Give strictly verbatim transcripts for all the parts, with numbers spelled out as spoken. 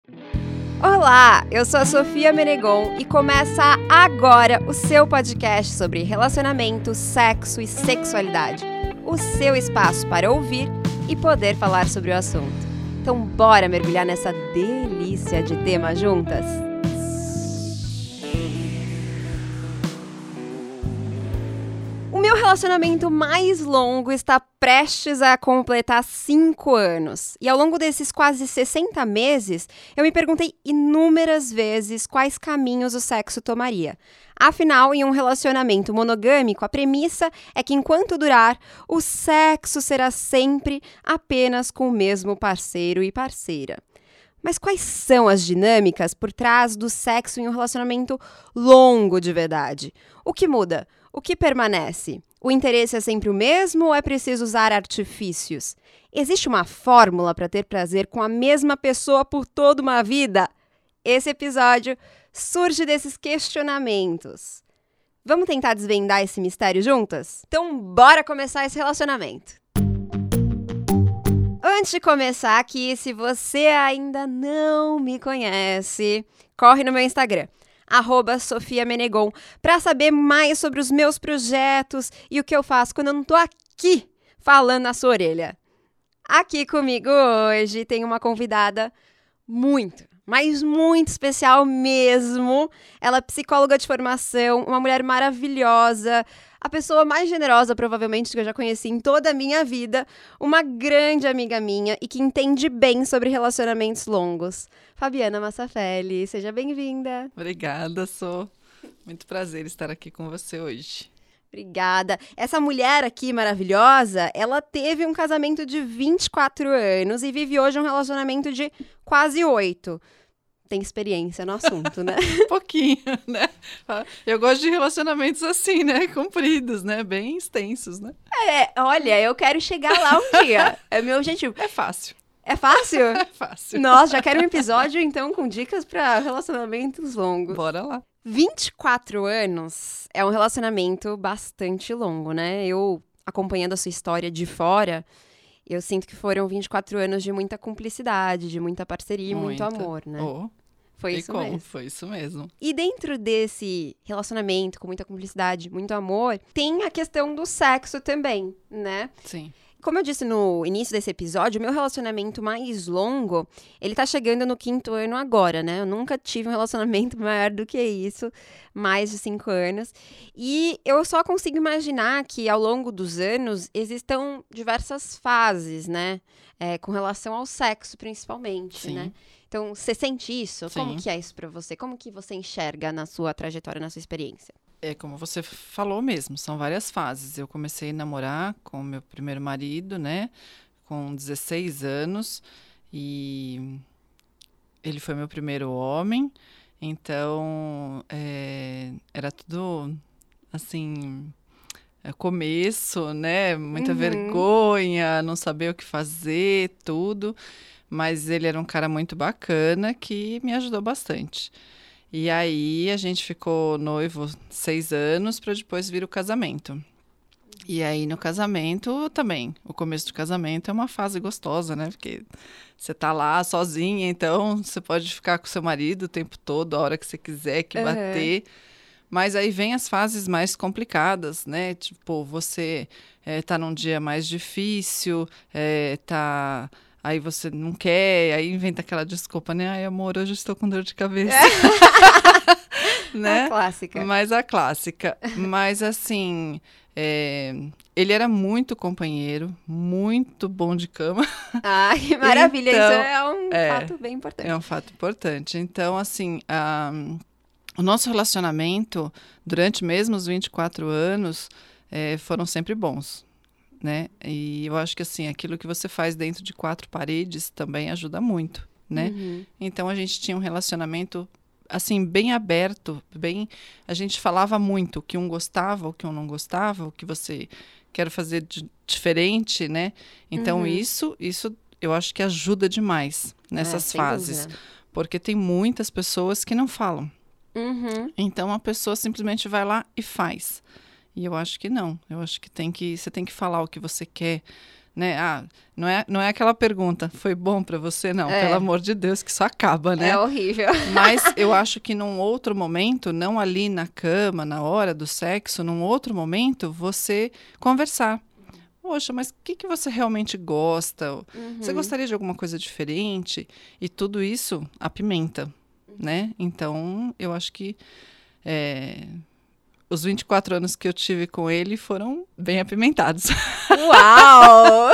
Olá, eu sou a Sofia Menegon e começa agora o seu podcast sobre relacionamento, sexo e sexualidade. O seu espaço para ouvir e poder falar sobre o assunto. Então bora mergulhar nessa delícia de tema juntas? O meu relacionamento mais longo está prestes a completar cinco anos. E ao longo desses quase sessenta meses, eu me perguntei inúmeras vezes quais caminhos o sexo tomaria. Afinal, em um relacionamento monogâmico, a premissa é que enquanto durar, o sexo será sempre apenas com o mesmo parceiro e parceira. Mas quais são as dinâmicas por trás do sexo em um relacionamento longo de verdade? O que muda? O que permanece? O interesse é sempre o mesmo ou é preciso usar artifícios? Existe uma fórmula para ter prazer com a mesma pessoa por toda uma vida? Esse episódio surge desses questionamentos. Vamos tentar desvendar esse mistério juntas? Então, bora começar esse relacionamento! Antes de começar aqui, se você ainda não me conhece, corre no meu Instagram. arroba Sofia Menegon, para saber mais sobre os meus projetos e o que eu faço quando eu não tô aqui falando na sua orelha. Aqui comigo hoje tem uma convidada muito, mas muito especial mesmo. Ela é psicóloga de formação, uma mulher maravilhosa, a pessoa mais generosa provavelmente que eu já conheci em toda a minha vida, uma grande amiga minha e que entende bem sobre relacionamentos longos. Fabiana Massafelli, seja bem-vinda. Obrigada, Sô. Muito prazer estar aqui com você hoje. Obrigada. Essa mulher aqui maravilhosa, ela teve um casamento de vinte e quatro anos e vive hoje um relacionamento de quase oito. Tem experiência no assunto, né? Um pouquinho, né? Eu gosto de relacionamentos assim, né? Compridos, né? Bem extensos, né? É, olha, eu quero chegar lá um dia. É meu objetivo. É fácil. É fácil? É fácil. Nossa, já quero um episódio, então, com dicas para relacionamentos longos. Bora lá. vinte e quatro anos é um relacionamento bastante longo, né? Eu, acompanhando a sua história de fora, eu sinto que foram vinte e quatro anos de muita cumplicidade, de muita parceria e muito amor, né? Oh, foi e isso como? mesmo. Foi isso mesmo. E dentro desse relacionamento com muita cumplicidade, muito amor, tem a questão do sexo também, né? Sim. Como eu disse no início desse episódio, o meu relacionamento mais longo, ele tá chegando no quinto ano agora, né? Eu nunca tive um relacionamento maior do que isso, mais de cinco anos. E eu só consigo imaginar que ao longo dos anos existam diversas fases, né? É, com relação ao sexo, principalmente, Sim. né? Então, você sente isso? Sim. Como que é isso pra você? Como que você enxerga na sua trajetória, na sua experiência? É como você falou mesmo, são várias fases. Eu comecei a namorar com meu primeiro marido, né? Com dezesseis anos. E ele foi meu primeiro homem. Então, é, era tudo, assim, é, começo, né? Muita Uhum. vergonha, não saber o que fazer, tudo. Mas ele era um cara muito bacana que me ajudou bastante. E aí a gente ficou noivo seis anos para depois vir o casamento. E aí no casamento também, o começo do casamento é uma fase gostosa, né? Porque você tá lá sozinha, então você pode ficar com seu marido o tempo todo, a hora que você quiser, que bater. Uhum. Mas aí vem as fases mais complicadas, né? Tipo, você é, tá num dia mais difícil, é, tá... Aí você não quer, aí inventa aquela desculpa, né? Ai, amor, hoje eu estou com dor de cabeça. É. Né? A clássica. Mas a clássica. Mas, assim, é... ele era muito companheiro, muito bom de cama. Ai, que maravilha. Então, isso é um é, fato bem importante. É um fato importante. Então, assim, a... o nosso relacionamento, durante mesmo os vinte e quatro anos, é, foram sempre bons. Né? E eu acho que assim, aquilo que você faz dentro de quatro paredes também ajuda muito, né? Uhum. Então a gente tinha um relacionamento assim, bem aberto, bem, a gente falava muito o que um gostava, o que um não gostava, o que você quer fazer de diferente, né? Então Uhum. isso, isso eu acho que ajuda demais nessas é, fases, dúvida. Porque tem muitas pessoas que não falam. Uhum. Então a pessoa simplesmente vai lá e faz. E eu acho que não. Eu acho que, tem que você tem que falar o que você quer, né? Ah, não é, não é aquela pergunta, foi bom pra você? Não, É. pelo amor de Deus, que isso acaba, né? É horrível. Mas eu acho que num outro momento, não ali na cama, na hora do sexo, num outro momento, você conversar. Poxa, mas o que, que você realmente gosta? Uhum. Você gostaria de alguma coisa diferente? E tudo isso apimenta, né? Então, eu acho que é, os vinte e quatro anos que eu tive com ele foram bem apimentados. Uau!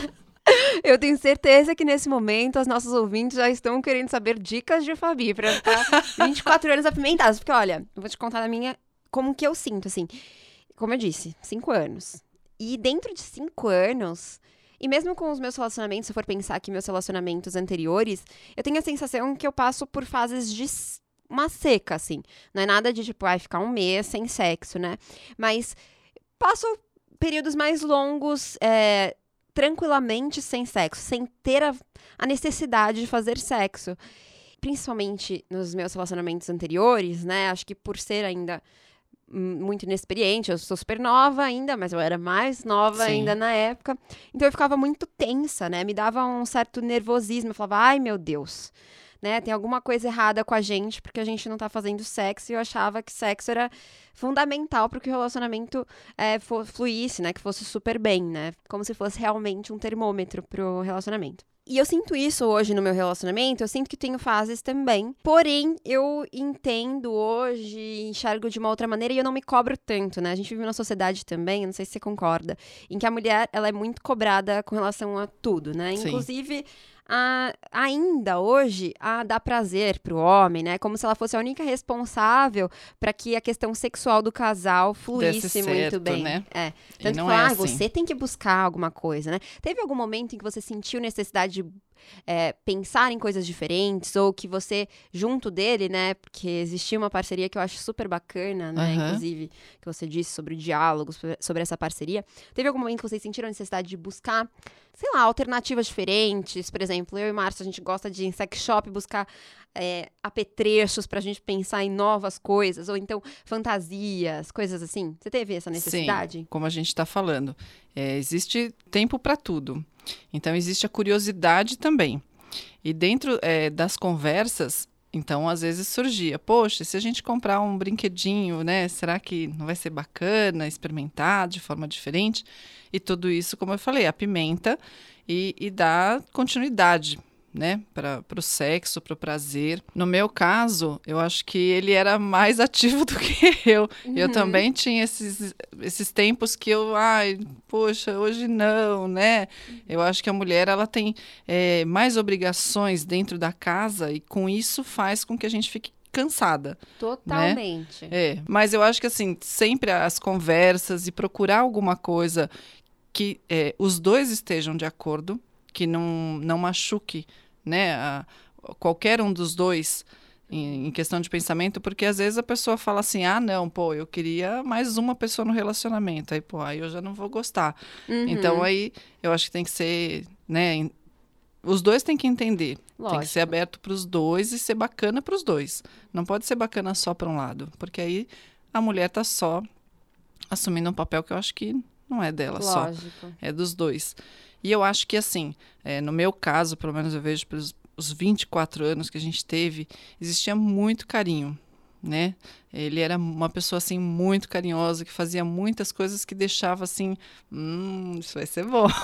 Eu tenho certeza que nesse momento as nossas ouvintes já estão querendo saber dicas de Fabi pra ficar vinte e quatro anos apimentados. Porque, olha, eu vou te contar da minha... Como que eu sinto, assim. Como eu disse, cinco anos. E dentro de cinco anos... E mesmo com os meus relacionamentos, se eu for pensar aqui meus relacionamentos anteriores, eu tenho a sensação que eu passo por fases de uma seca, assim. Não é nada de, tipo, ai, ficar um mês sem sexo, né? Mas passo períodos mais longos... É, tranquilamente sem sexo, sem ter a, a necessidade de fazer sexo. Principalmente nos meus relacionamentos anteriores, né? Acho que por ser ainda muito inexperiente, eu sou super nova ainda, mas eu era mais nova Sim. ainda na época. Então eu ficava muito tensa, né? Me dava um certo nervosismo. Eu falava, ai meu Deus, né? Tem alguma coisa errada com a gente porque a gente não tá fazendo sexo. E eu achava que sexo era fundamental para que o relacionamento é, fluísse, né? Que fosse super bem, né? Como se fosse realmente um termômetro pro relacionamento. E eu sinto isso hoje no meu relacionamento, eu sinto que tenho fases também. Porém, eu entendo hoje, enxergo de uma outra maneira e eu não me cobro tanto, né? A gente vive numa sociedade também, não sei se você concorda, em que a mulher, ela é muito cobrada com relação a tudo, né? Sim. Inclusive... A, ainda hoje, a dar prazer pro homem, né? Como se ela fosse a única responsável para que a questão sexual do casal fluísse Desse muito certo, bem. né? É. E Tanto que não fala, é ah, assim. você tem que buscar alguma coisa, né? Teve algum momento em que você sentiu necessidade de é, pensar em coisas diferentes, ou que você, junto dele, né? Porque existia uma parceria que eu acho super bacana, né? Uhum. Inclusive, que você disse sobre o diálogo, sobre essa parceria. Teve algum momento que vocês sentiram a necessidade de buscar, sei lá, alternativas diferentes? Por exemplo, eu e Márcio, a gente gosta de ir em sex shop buscar é, apetrechos pra gente pensar em novas coisas, ou então fantasias, coisas assim. Você teve essa necessidade? Sim, como a gente está falando. É, existe tempo para tudo. Então, existe a curiosidade também. E dentro é, das conversas, então, às vezes surgia, poxa, se a gente comprar um brinquedinho, né, será que não vai ser bacana experimentar de forma diferente? E tudo isso, como eu falei, apimenta e, e dá continuidade, né, para o sexo, para o prazer. No meu caso, eu acho que ele era mais ativo do que eu. Uhum. Eu também tinha esses, esses tempos que eu, ai, poxa, hoje não, né? Eu acho que a mulher, ela tem é, mais obrigações dentro da casa e com isso faz com que a gente fique cansada. Totalmente. Né? É, mas eu acho que assim, sempre as conversas e procurar alguma coisa que é, os dois estejam de acordo, que não, não machuque, né, a, qualquer um dos dois em, em questão de pensamento, porque às vezes a pessoa fala assim, ah, não, pô, eu queria mais uma pessoa no relacionamento, aí, pô, aí eu já não vou gostar. Uhum. Então, aí, eu acho que tem que ser, né, os dois têm que entender, Lógico. Tem que ser aberto para os dois e ser bacana para os dois. Não pode ser bacana só para um lado, porque aí a mulher tá só assumindo um papel que eu acho que não é dela Lógico. só, é dos dois. E eu acho que, assim, é, no meu caso, pelo menos eu vejo pelos os vinte e quatro anos que a gente teve, existia muito carinho, né? Ele era uma pessoa, assim, muito carinhosa, que fazia muitas coisas que deixava, assim, hum, isso vai ser bom.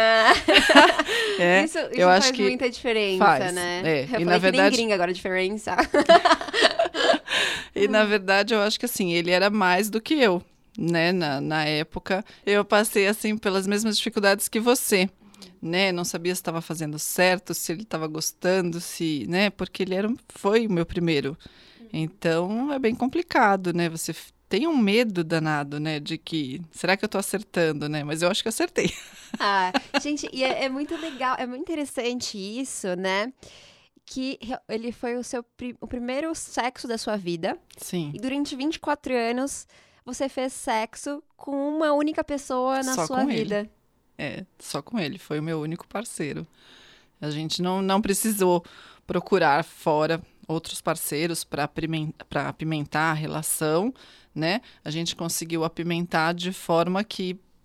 É. É, isso isso eu faz acho que muita diferença, faz, né? é. Eu E falei na que verdade- nem gringa agora, diferença. E, na verdade, eu acho que, assim, ele era mais do que eu, né? Na, na época, eu passei, assim, pelas mesmas dificuldades que você, né? Não sabia se estava fazendo certo, se ele estava gostando, se, né? Porque ele era, foi o meu primeiro. Então, é bem complicado, né? Você f- tem um medo danado, né? De que, será que eu tô acertando, né? Mas eu acho que eu acertei. Ah, gente, e é, é muito legal, é muito interessante isso, né? Que re- ele foi o seu pri- o primeiro sexo da sua vida. Sim, E durante vinte e quatro anos, você fez sexo com uma única pessoa na Só sua com ele. vida. é, só com ele. Foi o meu único parceiro. A gente não, não precisou procurar fora outros parceiros para apimentar a relação, né? A gente conseguiu apimentar de forma que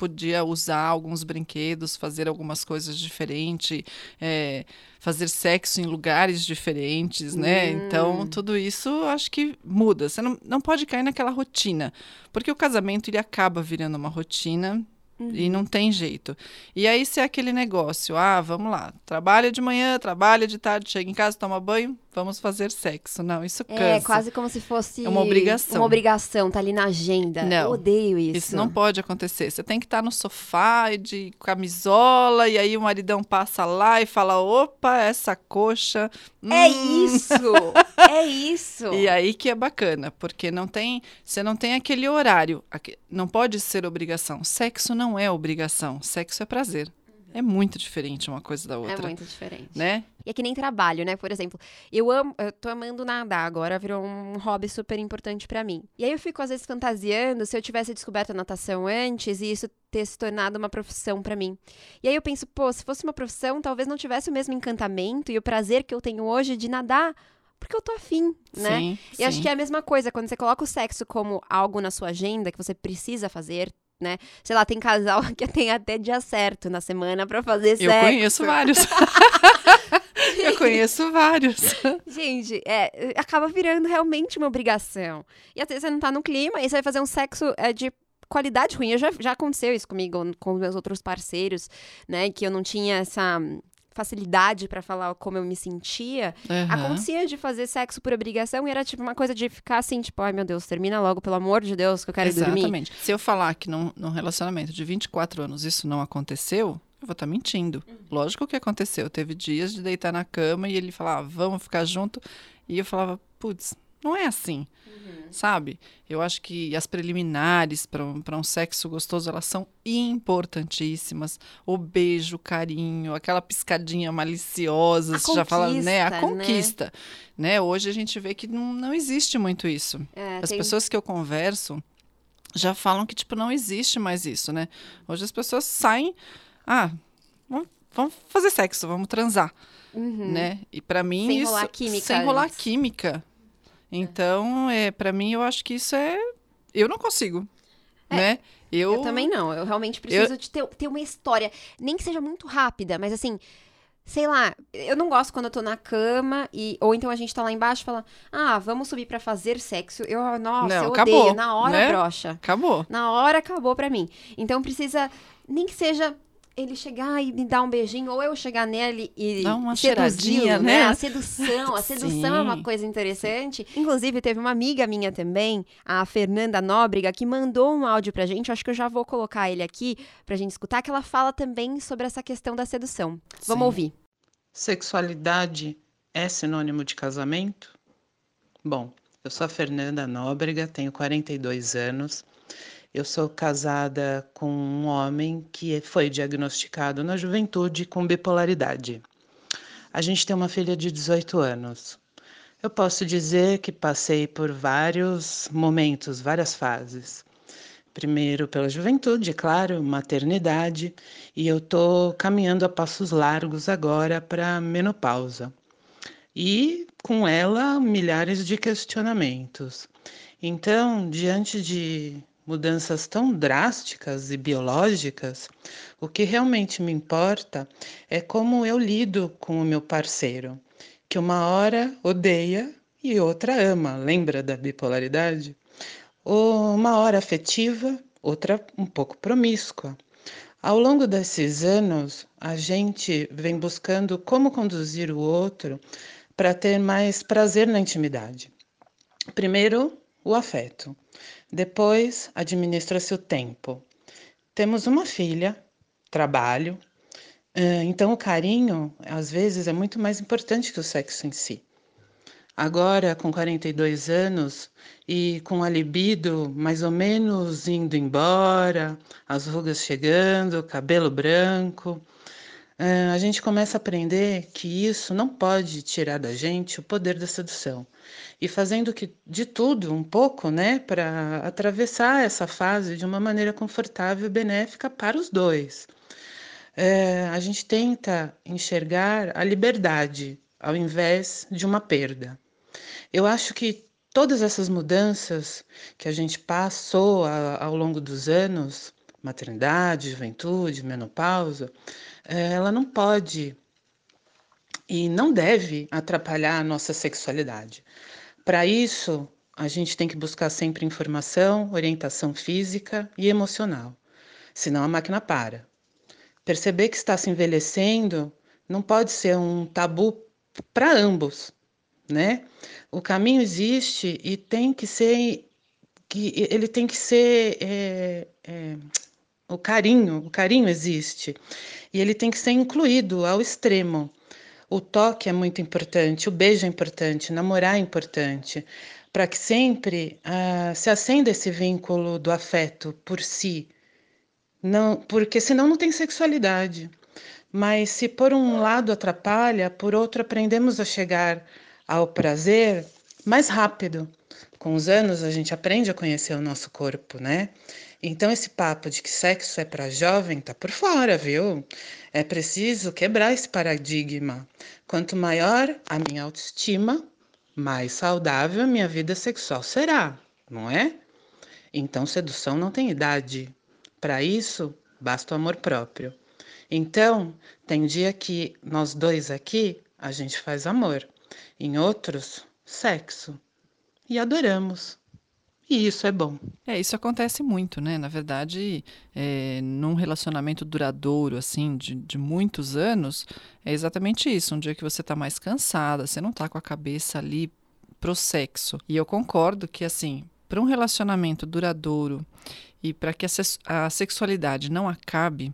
podia usar alguns brinquedos, fazer algumas coisas diferentes, é, fazer sexo em lugares diferentes, né? Hum. Então, tudo isso acho que muda. Você não, não pode cair naquela rotina, porque o casamento ele acaba virando uma rotina. Uhum. E não tem jeito. E aí, se é aquele negócio, ah, vamos lá, trabalha de manhã, trabalha de tarde, chega em casa, toma banho, vamos fazer sexo. Não, isso cansa. É quase como se fosse é uma obrigação. Uma obrigação, tá ali na agenda. Não, eu odeio isso. Isso não pode acontecer. Você tem que estar no sofá e de camisola, e aí o maridão passa lá e fala, opa, essa coxa... É hum. isso! É isso! E aí que é bacana, porque não tem, você não tem aquele horário, não pode ser obrigação. Sexo não é obrigação, sexo é prazer. É muito diferente uma coisa da outra. É muito diferente. Né? E é que nem trabalho, né? Por exemplo, eu amo, eu tô amando nadar agora, virou um hobby super importante pra mim. E aí eu fico às vezes fantasiando se eu tivesse descoberto a natação antes e isso ter se tornado uma profissão pra mim. E aí eu penso, pô, se fosse uma profissão, talvez não tivesse o mesmo encantamento e o prazer que eu tenho hoje de nadar, porque eu tô afim, né? Sim, e sim. acho que é a mesma coisa, quando você coloca o sexo como algo na sua agenda que você precisa fazer, né? Sei lá, tem casal que tem até dia certo na semana pra fazer sexo. Eu conheço vários. Eu conheço vários. Gente, é, acaba virando realmente uma obrigação. E às vezes você não tá no clima e você vai fazer um sexo é, de qualidade ruim. Eu já, já aconteceu isso comigo, com os meus outros parceiros, né? Que eu não tinha essa facilidade pra falar como eu me sentia. Uhum. Acontecia de fazer sexo por obrigação e era tipo uma coisa de ficar assim, tipo, ai meu Deus, termina logo, pelo amor de Deus, que eu quero Exatamente. dormir. Exatamente. Se eu falar que num, num relacionamento de vinte e quatro anos isso não aconteceu, eu vou estar mentindo. Uhum. Lógico que aconteceu. Teve dias de deitar na cama e ele falava, vamos ficar junto. E eu falava, putz, não é assim. Uhum. Sabe? Eu acho que as preliminares para um, para um sexo gostoso, elas são importantíssimas. O beijo, o carinho, aquela piscadinha maliciosa, a você já fala, né? A né? conquista. Né? Hoje a gente vê que não, não existe muito isso. É, as tem... pessoas que eu converso já falam que, tipo, não existe mais isso, né? Hoje as pessoas saem, ah, vamos, vamos fazer sexo, vamos transar, uhum. né? E para mim sem isso... rolar química sem rolar antes. química. Então, é, para mim, eu acho que isso é... Eu não consigo, é, né? Eu... eu também não. Eu realmente preciso eu... de ter, ter uma história. Nem que seja muito rápida, mas assim... Sei lá, eu não gosto quando eu tô na cama e... Ou então a gente tá lá embaixo e fala... Ah, vamos subir pra fazer sexo. Eu, nossa, não, eu acabou, odeio. Na hora né? brocha. Acabou. Na hora acabou pra mim. Então precisa... Nem que seja... Ele chegar e me dar um beijinho, ou eu chegar nele e dá uma seduzi-lo, né? né? A sedução, a sedução é uma coisa interessante. Inclusive, teve uma amiga minha também, a Fernanda Nóbrega, que mandou um áudio pra gente, acho que eu já vou colocar ele aqui pra gente escutar, que ela fala também sobre essa questão da sedução. Vamos Sim. ouvir. Sexualidade é sinônimo de casamento? Bom, eu sou a Fernanda Nóbrega, tenho quarenta e dois anos. Eu sou casada com um homem que foi diagnosticado na juventude com bipolaridade. A gente tem uma filha de dezoito anos. Eu posso dizer que passei por vários momentos, várias fases. Primeiro pela juventude, claro, maternidade, e eu estou caminhando a passos largos agora para a menopausa. E com ela, milhares de questionamentos. Então, diante de mudanças tão drásticas e biológicas, o que realmente me importa é como eu lido com o meu parceiro, que uma hora odeia e outra ama. Lembra da bipolaridade? Ou uma hora afetiva, outra um pouco promíscua. Ao longo desses anos, a gente vem buscando como conduzir o outro para ter mais prazer na intimidade. Primeiro, o afeto. Depois, administra-se o tempo. Temos uma filha, trabalho, então o carinho, às vezes, é muito mais importante que o sexo em si. Agora, com quarenta e dois anos e com a libido mais ou menos indo embora, as rugas chegando, cabelo branco, a gente começa a aprender que isso não pode tirar da gente o poder da sedução. E fazendo que, de tudo um pouco, né, para atravessar essa fase de uma maneira confortável e benéfica para os dois. É, a gente tenta enxergar a liberdade ao invés de uma perda. Eu acho que todas essas mudanças que a gente passou a, ao longo dos anos, maternidade, juventude, menopausa, ela não pode e não deve atrapalhar a nossa sexualidade. Para isso, a gente tem que buscar sempre informação, orientação física e emocional, senão a máquina para. Perceber que está se envelhecendo não pode ser um tabu para ambos, né? O caminho existe e tem que ser, que ele tem que ser, é, é, o carinho, o carinho existe e ele tem que ser incluído ao extremo. O toque é muito importante, o beijo é importante, namorar é importante, para que sempre uh, se acenda esse vínculo do afeto por si, não, porque senão não tem sexualidade. Mas se por um lado atrapalha, por outro aprendemos a chegar ao prazer mais rápido. Com os anos a gente aprende a conhecer o nosso corpo, né? Então esse papo de que sexo é para jovem tá por fora, viu? É preciso quebrar esse paradigma. Quanto maior a minha autoestima, mais saudável a minha vida sexual será, não é? Então sedução não tem idade. Para isso, basta o amor próprio. Então, tem dia que nós dois aqui, a gente faz amor. Em outros, sexo. E adoramos. E isso é bom. É, isso acontece muito, né? Na verdade, é, num relacionamento duradouro, assim, de, de muitos anos, é exatamente isso. Um dia que você tá mais cansada, você não tá com a cabeça ali pro sexo. E eu concordo que, assim, para um relacionamento duradouro e para que a, se- a sexualidade não acabe,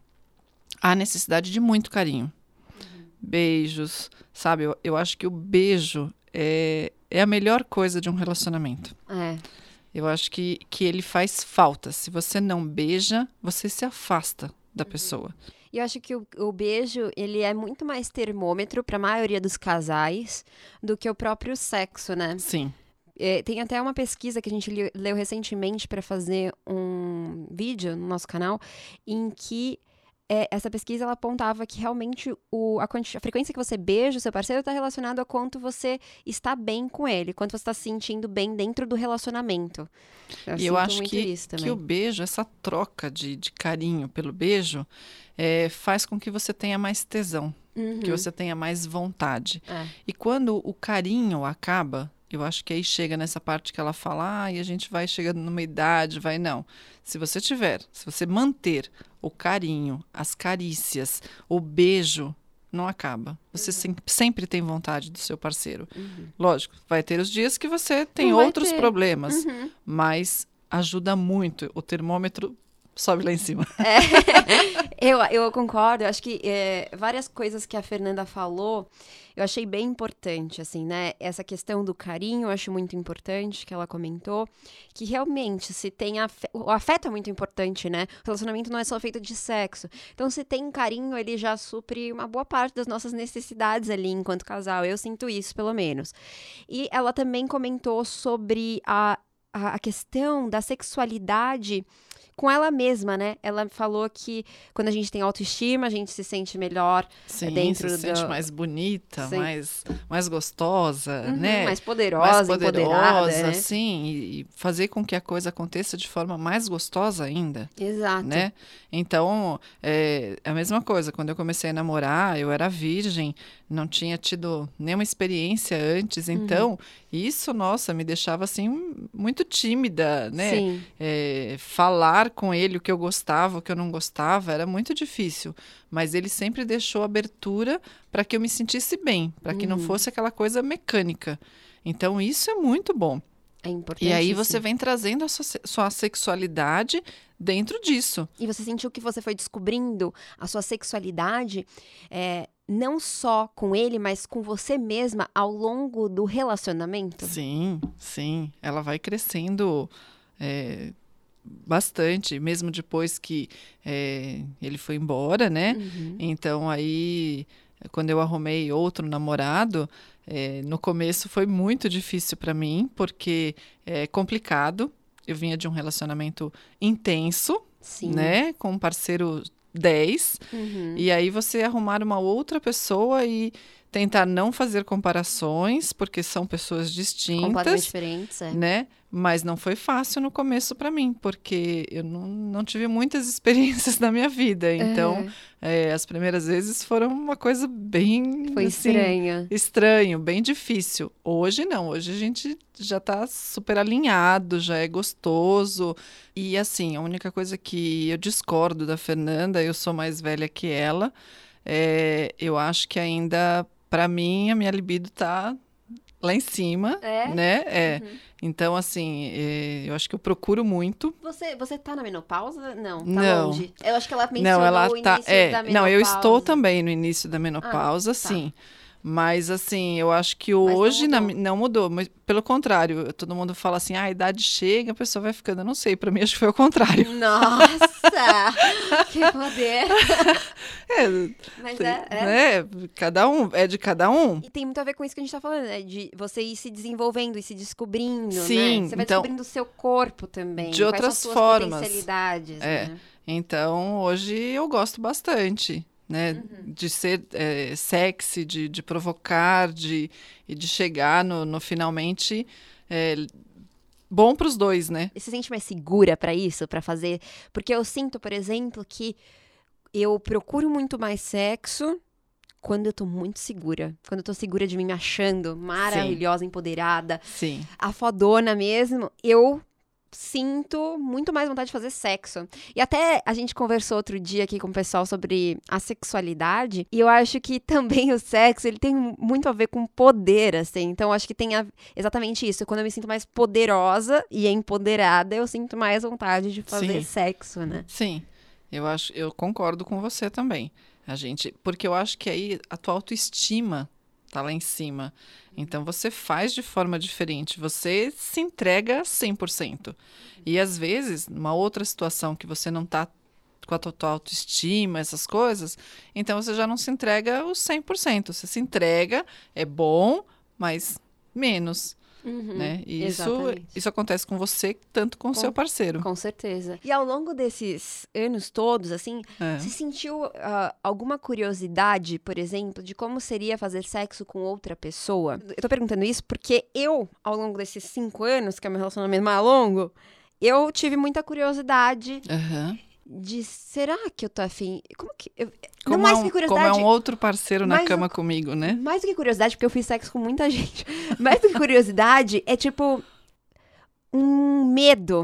há necessidade de muito carinho. Uhum. Beijos, sabe? Eu, eu acho que o beijo é, é a melhor coisa de um relacionamento. É. Eu acho que, que ele faz falta. Se você não beija, você se afasta da uhum. pessoa. E eu acho que o, o beijo, ele é muito mais termômetro para a maioria dos casais do que o próprio sexo, né? Sim. É, tem até uma pesquisa que a gente li, leu recentemente para fazer um vídeo no nosso canal, em que é, essa pesquisa ela apontava que realmente o, a, quanti- a frequência que você beija o seu parceiro está relacionado a quanto você está bem com ele, quanto você está se sentindo bem dentro do relacionamento. Eu e eu acho muito que, isso também. que o beijo, essa troca de, de carinho pelo beijo, é, faz com que você tenha mais tesão, uhum. que você tenha mais vontade. É. E quando o carinho acaba, eu acho que aí chega nessa parte que ela fala, ah, e a gente vai chegando numa idade, vai não. Se você tiver, se você manter o carinho, as carícias, o beijo, não acaba. Você uhum. sempre, sempre tem vontade do seu parceiro. Uhum. Lógico, vai ter os dias que você tem não outros problemas, uhum. mas ajuda muito. O termômetro sobe lá em cima. É, eu, eu concordo. Eu acho que é, várias coisas que a Fernanda falou, eu achei bem importante, assim, né? Essa questão do carinho, eu acho muito importante, que ela comentou, que realmente, se tem afeto, o afeto é muito importante, né? O relacionamento não é só feito de sexo. Então, se tem carinho, ele já supre uma boa parte das nossas necessidades ali, enquanto casal. Eu sinto isso, pelo menos. E ela também comentou sobre a, a, a questão da sexualidade com ela mesma, né? Ela falou que quando a gente tem autoestima, a gente se sente melhor. Sim, dentro se do... sente mais bonita, sim. mais, mais gostosa, uhum, né? Mais poderosa, mais poderosa, empoderada, né? Sim, e, e fazer com que a coisa aconteça de forma mais gostosa ainda. Exato. Né? Então, é a mesma coisa. Quando eu comecei a namorar, eu era virgem, não tinha tido nenhuma experiência antes, então, uhum. isso, nossa, me deixava, assim, muito tímida, né? Sim. É, falar com ele o que eu gostava, o que eu não gostava, era muito difícil. Mas ele sempre deixou abertura para que eu me sentisse bem, para que uhum. não fosse aquela coisa mecânica. Então, isso é muito bom. É importante. E aí você vem trazendo a sua, sua sexualidade dentro disso. E você sentiu que você foi descobrindo a sua sexualidade é, não só com ele, mas com você mesma ao longo do relacionamento? Sim, sim. Ela vai crescendo é, bastante, mesmo depois que é, ele foi embora, né? Uhum. Então aí, quando eu arrumei outro namorado, é, no começo foi muito difícil para mim, porque é complicado. Eu vinha de um relacionamento intenso, Sim. né? Com um parceiro dez. Uhum. E aí você arrumar uma outra pessoa e tentar não fazer comparações, porque são pessoas distintas. Completamente diferentes, é. Né? Mas não foi fácil no começo para mim, porque eu não, não tive muitas experiências na minha vida. Então, Uhum. é, as primeiras vezes foram uma coisa bem... Foi assim, estranha. Estranho, bem difícil. Hoje não, hoje a gente já tá super alinhado, já é gostoso. E assim, a única coisa que eu discordo da Fernanda, eu sou mais velha que ela, é, eu acho que ainda, para mim, a minha libido tá lá em cima, É? né? É. Uhum. Então, assim, é, eu acho que eu procuro muito. Você, você tá na menopausa? Não, tá Não. longe. Eu acho que ela mencionou Não, ela o tá. início É, da menopausa. não, eu estou também no início da menopausa, Ah, tá. sim. Mas, assim, eu acho que Mas não hoje na mudou. mi- não mudou. Mas, pelo contrário, todo mundo fala assim, ah, a idade chega, a pessoa vai ficando. Eu não sei, pra mim acho que foi o contrário. Nossa! Que poder! É, Mas é, é. né? Cada um, é de cada um. E tem muito a ver com isso que a gente tá falando, né? De você ir se desenvolvendo e se descobrindo, Sim, né? Você vai então, descobrindo o seu corpo também. de Quais outras são as suas formas. potencialidades, É. né? Então, hoje eu gosto bastante, né? Uhum. De ser é, sexy, de, de provocar, de, e de chegar no, no finalmente é, bom pros dois, né? Você se sente mais segura pra isso, pra fazer? Porque eu sinto, por exemplo, que eu procuro muito mais sexo quando eu tô muito segura. Quando eu tô segura de mim, me achando maravilhosa, empoderada, Sim. a fodona mesmo, eu sinto muito mais vontade de fazer sexo. E até a gente conversou outro dia aqui com o pessoal sobre a sexualidade, e eu acho que também o sexo, ele tem muito a ver com poder, assim. Então, eu acho que tem a- exatamente isso. Quando eu me sinto mais poderosa e empoderada, eu sinto mais vontade de fazer Sim. sexo, né? Sim, eu acho, eu concordo com você também. A gente, porque eu acho que aí a tua autoestima tá lá em cima. Então você faz de forma diferente, você se entrega cem por cento. E às vezes, numa outra situação que você não tá com a tua, tua autoestima, essas coisas, então você já não se entrega os cem por cento. Você se entrega, é bom, mas menos. Uhum, Né? E isso, exatamente. isso acontece com você, tanto com o Com- seu parceiro. Com certeza. E ao longo desses anos todos, assim, É. você sentiu ah, alguma curiosidade, por exemplo, de como seria fazer sexo com outra pessoa? Eu tô perguntando isso porque eu, ao longo desses cinco anos, que é meu relacionamento mais longo, eu tive muita curiosidade Aham. de, será que eu tô afim? Como que... Eu, Como, não mais é um, que como curiosidade... é um outro parceiro na mais cama um- comigo, né? Mais do que curiosidade, porque eu fiz sexo com muita gente. Mais do que curiosidade, é tipo um medo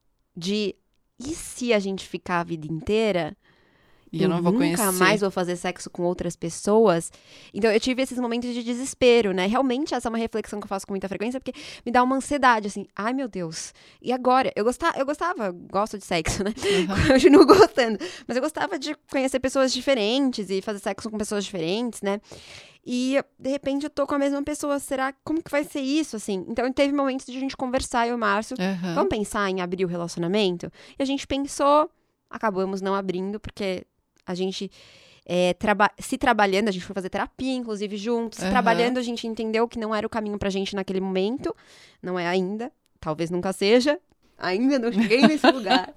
de e se a gente ficar a vida inteira? E eu não vou nunca conhecer. mais vou fazer sexo com outras pessoas. Então, eu tive esses momentos de desespero, né? Realmente, essa é uma reflexão que eu faço com muita frequência, porque me dá uma ansiedade, assim. Ai, meu Deus. E agora? Eu gostava, eu gostava, gosto de sexo, né? Uhum. Continuo gostando. Mas eu gostava de conhecer pessoas diferentes e fazer sexo com pessoas diferentes, né? E, de repente, eu tô com a mesma pessoa. Será? Como que vai ser isso, assim? Então, teve momentos de a gente conversar, eu e o Márcio. Aham. Vamos pensar em abrir o relacionamento? E a gente pensou, acabamos não abrindo, porque a gente é, traba- se trabalhando, a gente foi fazer terapia, inclusive, juntos. Se Aham. trabalhando, a gente entendeu que não era o caminho pra gente naquele momento. Não é ainda. Talvez nunca seja. Ainda não cheguei nesse lugar.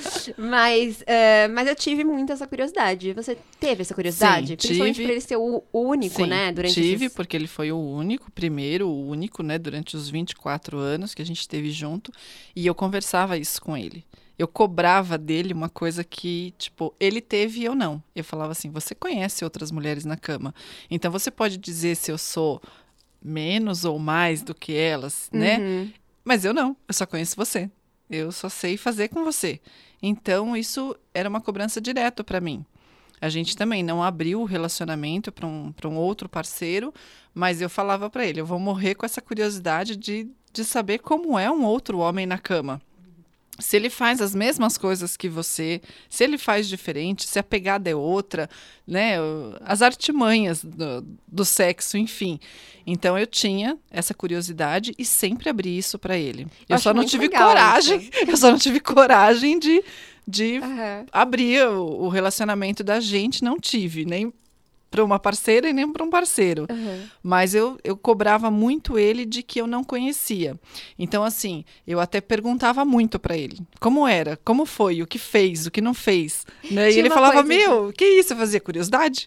Mas, é, mas eu tive muito essa curiosidade. Você teve essa curiosidade? Sim, Principalmente tive. por ele ser o o único, Sim, né? Durante tive, esses... porque ele foi o único, primeiro, o único, né, durante os vinte e quatro anos que a gente esteve junto, e eu conversava isso com ele. Eu cobrava dele uma coisa que, tipo, ele teve e eu não. Eu falava assim, você conhece outras mulheres na cama, então você pode dizer se eu sou menos ou mais do que elas, né? Uhum. Mas eu não, eu só conheço você. Eu só sei fazer com você. Então, isso era uma cobrança direta para mim. A gente também não abriu o relacionamento para um, para um outro parceiro, mas eu falava para ele, eu vou morrer com essa curiosidade de, de saber como é um outro homem na cama. Se ele faz as mesmas coisas que você, se ele faz diferente, se a pegada é outra, né? o- As artimanhas do, do sexo, enfim. Então eu tinha essa curiosidade e sempre abri isso para ele. Eu, acho só não muito tive legal coragem, isso. eu só não tive coragem de, de Aham. abrir o, o relacionamento da gente, não tive, nem para uma parceira e nem para um parceiro. Aham. Mas eu, eu cobrava muito ele de que eu não conhecia. Então, assim, eu até perguntava muito para ele. Como era? Como foi? O que fez? O que não fez? Né? E Tinha ele uma falava, coisa meu, que isso? Eu fazia curiosidade? Eu,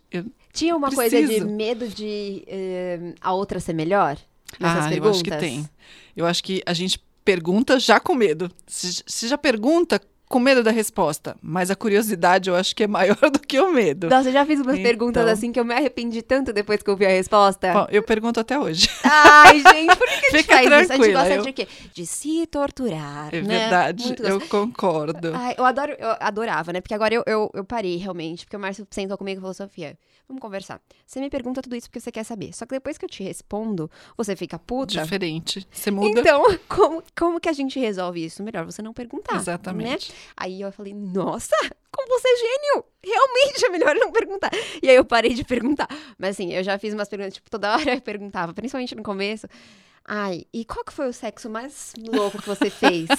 Tinha uma coisa de Preciso. medo de eh, a outra ser melhor? Nessas Ah, eu perguntas? acho que tem. Eu acho que a gente pergunta já com medo. Se, se já pergunta com medo da resposta, mas a curiosidade eu acho que é maior do que o medo. Nossa, eu já fiz umas Então- perguntas assim que eu me arrependi tanto depois que eu vi a resposta. Bom, eu pergunto até hoje. Ai, gente, por que, que a gente Fica faz isso? A gente tranquila, gosta eu- de quê? De se torturar, É né? verdade, Muito eu gostoso. concordo. Ai, eu, adoro, eu adorava, né? Porque agora eu, eu, eu parei, realmente. Porque o Márcio sentou comigo e falou, Sofia, vamos conversar. Você me pergunta tudo isso porque você quer saber. Só que depois que eu te respondo, você fica puta. Diferente. Você muda. Então, como, como que a gente resolve isso? Melhor você não perguntar, né? Exatamente. Aí eu falei, nossa, como você é gênio! Realmente é melhor não perguntar. E aí eu parei de perguntar. Mas assim, eu já fiz umas perguntas, tipo, toda hora eu perguntava, principalmente no começo. Ai, e qual que foi o sexo mais louco que você fez?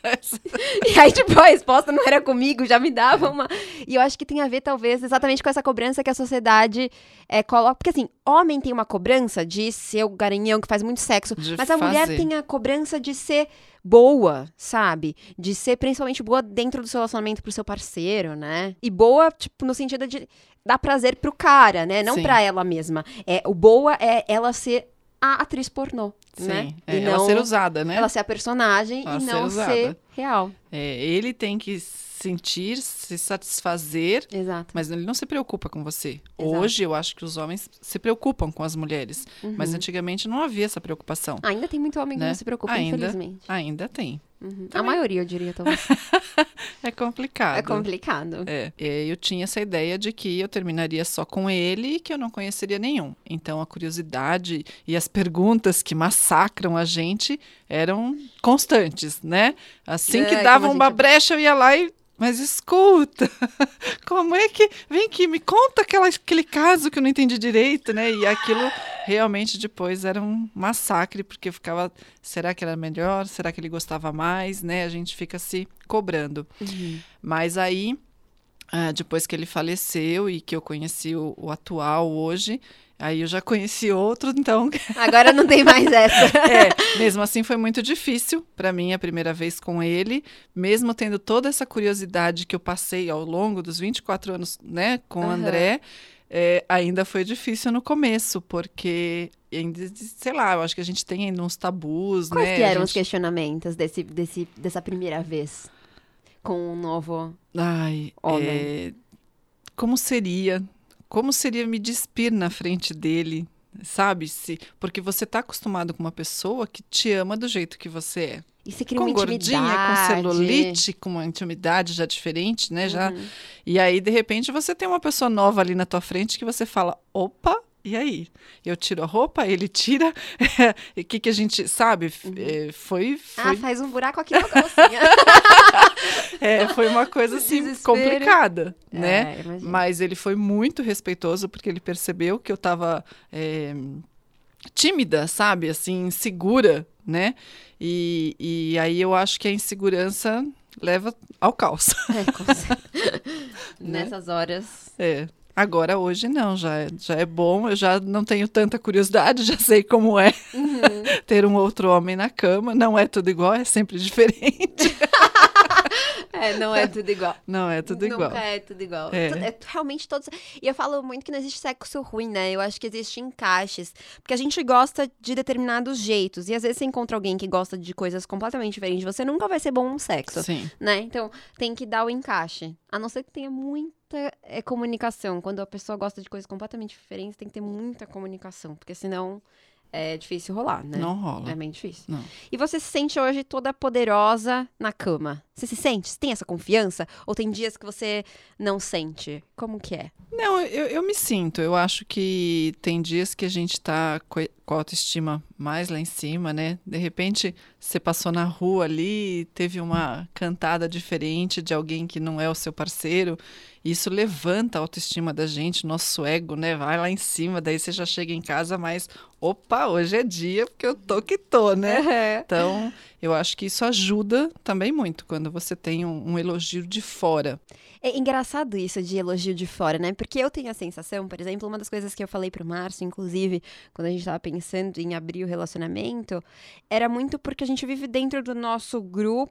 E aí, tipo, a resposta não era comigo, já me dava uma... E eu acho que tem a ver, talvez, exatamente com essa cobrança que a sociedade é, coloca. Porque, assim, homem tem uma cobrança de ser o garanhão que faz muito sexo, De mas a mulher fazer. tem a cobrança de ser boa, sabe? De ser principalmente boa dentro do seu relacionamento pro seu parceiro, né? E boa, tipo, no sentido de dar prazer pro cara, né? Não Sim. pra ela mesma. É, o boa é ela ser a atriz pornô, Sim, né? é, E ela não ser usada, né? ela ser a personagem Ela e ser não usada. ser real. É, ele tem que sentir, se satisfazer, Exato. mas ele não se preocupa com você. Exato. Hoje, eu acho que os homens se preocupam com as mulheres, Uhum. mas antigamente não havia essa preocupação. Ainda tem muito homem que né? não se preocupa, Ainda, infelizmente. Ainda tem. Uhum. A Também. maioria, eu diria, talvez. É complicado. É complicado. É, é, eu tinha essa ideia de que eu terminaria só com ele e que eu não conheceria nenhum. Então, a curiosidade e as perguntas que massacram a gente eram constantes, né? Assim que É, dava como a uma gente- brecha, eu ia lá e... Mas escuta, como é que... Vem aqui, me conta aquela, aquele caso que eu não entendi direito, né? E aquilo realmente depois era um massacre, porque eu ficava... Será que era melhor? Será que ele gostava mais? Né? A gente fica se cobrando. Uhum. Mas aí, ah, depois que ele faleceu e que eu conheci o, o atual hoje, aí eu já conheci outro, então... Agora não tem mais essa. é, mesmo assim foi muito difícil para mim a primeira vez com ele, mesmo tendo toda essa curiosidade que eu passei ao longo dos vinte e quatro anos, né, com o Aham. André, é, ainda foi difícil no começo, porque, ainda, sei lá, eu acho que a gente tem ainda uns tabus, Quais né? que a eram os gente- questionamentos desse, desse, dessa primeira vez com um novo... Ai, Homem. é, como seria, como seria me despir na frente dele, sabe? Se, porque você tá acostumado com uma pessoa que te ama do jeito que você é. E se cria Com uma gordinha, intimidade. com celulite, com uma intimidade já diferente, né? Já. Uhum. E aí, de repente, você tem uma pessoa nova ali na tua frente que você fala, opa, e aí? Eu tiro a roupa, ele tira. E o que, que a gente, sabe? É, foi, Ah, foi, faz um buraco aqui na calcinha. é, foi uma coisa assim Desespero. complicada, né? É, imagino. Mas ele foi muito respeitoso porque ele percebeu que eu estava tímida, sabe? Assim, insegura, né? E, e aí eu acho que a insegurança leva ao caos. É, com certeza. Né? Nessas horas. É. Agora, hoje, não, já é, já é bom, eu já não tenho tanta curiosidade, já sei como é Uhum. ter um outro homem na cama. Não é tudo igual, é sempre diferente. É, não é tudo igual. Não é tudo Nunca igual. é tudo igual. É. Tudo- é realmente todos. E eu falo muito que não existe sexo ruim, né? Eu acho que existe encaixes. Porque a gente gosta de determinados jeitos. E às vezes você encontra alguém que gosta de coisas completamente diferentes. Você nunca vai ser bom no sexo, Sim. né? Então tem que dar o encaixe. A não ser que tenha muita é, comunicação. Quando a pessoa gosta de coisas completamente diferentes, tem que ter muita comunicação. Porque senão é difícil rolar, né? Não rola. É bem difícil. Não. E você se sente hoje toda poderosa na cama? Você se sente? Você tem essa confiança? Ou tem dias que você não sente? Como que é? Não, eu, eu me sinto. Eu acho que tem dias que a gente tá co- com a autoestima mais lá em cima, né? De repente, você passou na rua ali, teve uma cantada diferente de alguém que não é o seu parceiro. Isso levanta a autoestima da gente, nosso ego, né? Vai lá em cima, daí você já chega em casa, mas opa, hoje é dia, porque eu tô que tô, né? Então, eu acho que isso ajuda também muito, quando você tem um, um elogio de fora. É engraçado isso de elogio de fora, né? Porque eu tenho a sensação, por exemplo, uma das coisas que eu falei pro Márcio, inclusive, quando a gente tava pensando em abrir o relacionamento, era muito porque a gente vive dentro do nosso grupo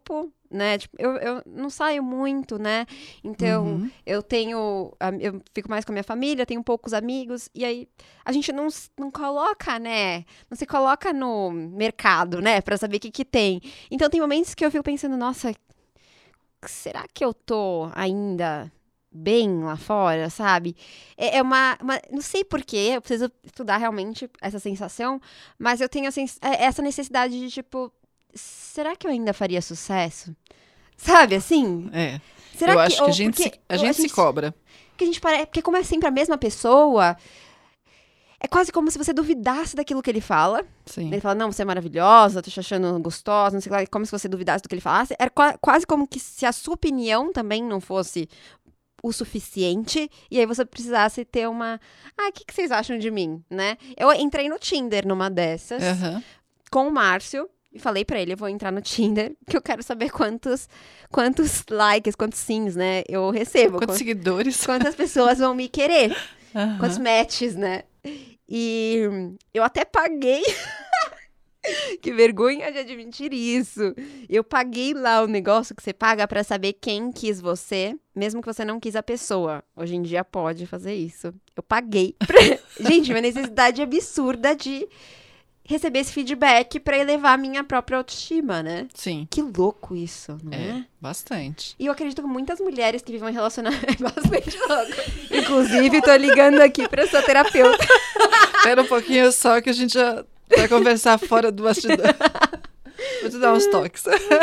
né? Tipo, eu, eu não saio muito, né? Então, Uhum. eu tenho... a- Eu fico mais com a minha família, tenho poucos amigos. E aí, a gente não, s- não coloca, né? Não se coloca no mercado, né? Pra saber o que que tem. Então, tem momentos que eu fico pensando, nossa, será que eu tô ainda bem lá fora, sabe? É, é uma, uma- Não sei porquê, eu preciso estudar realmente essa sensação, mas eu tenho a sens- é- essa necessidade de, tipo, será que eu ainda faria sucesso? Sabe, assim? É. Será eu que... acho que ou a gente, porque se, a gente se cobra. Porque a gente parece... Porque como é sempre a mesma pessoa, é quase como se você duvidasse daquilo que ele fala. Sim. Ele fala, não, você é maravilhosa, tô te achando gostosa, não sei lá, como se você duvidasse do que ele falasse. Era qua- quase como que se a sua opinião também não fosse o suficiente, e aí você precisasse ter uma... Ah, o que, que vocês acham de mim, né? Eu entrei no Tinder numa dessas, Aham. com o Márcio, e falei pra ele, eu vou entrar no Tinder, que eu quero saber quantos, quantos likes, quantos sims, né, eu recebo. Quantos Quantos- seguidores? quantas pessoas vão me querer. Aham. Quantos matches, né? E eu até paguei. Que vergonha de admitir isso. Eu paguei lá o negócio que você paga pra saber quem quis você, mesmo que você não quis a pessoa. Hoje em dia pode fazer isso. Eu paguei. Pra... Gente, minha necessidade absurda de receber esse feedback pra elevar a minha própria autoestima, né? Sim. Que louco isso, não é? É, bastante. E eu acredito que muitas mulheres que vivem em relacionamento é bastante louco. Inclusive, tô ligando aqui pra sua terapeuta. Espera um pouquinho só que a gente já vai conversar fora do bastidor. Vou te dar uns toques.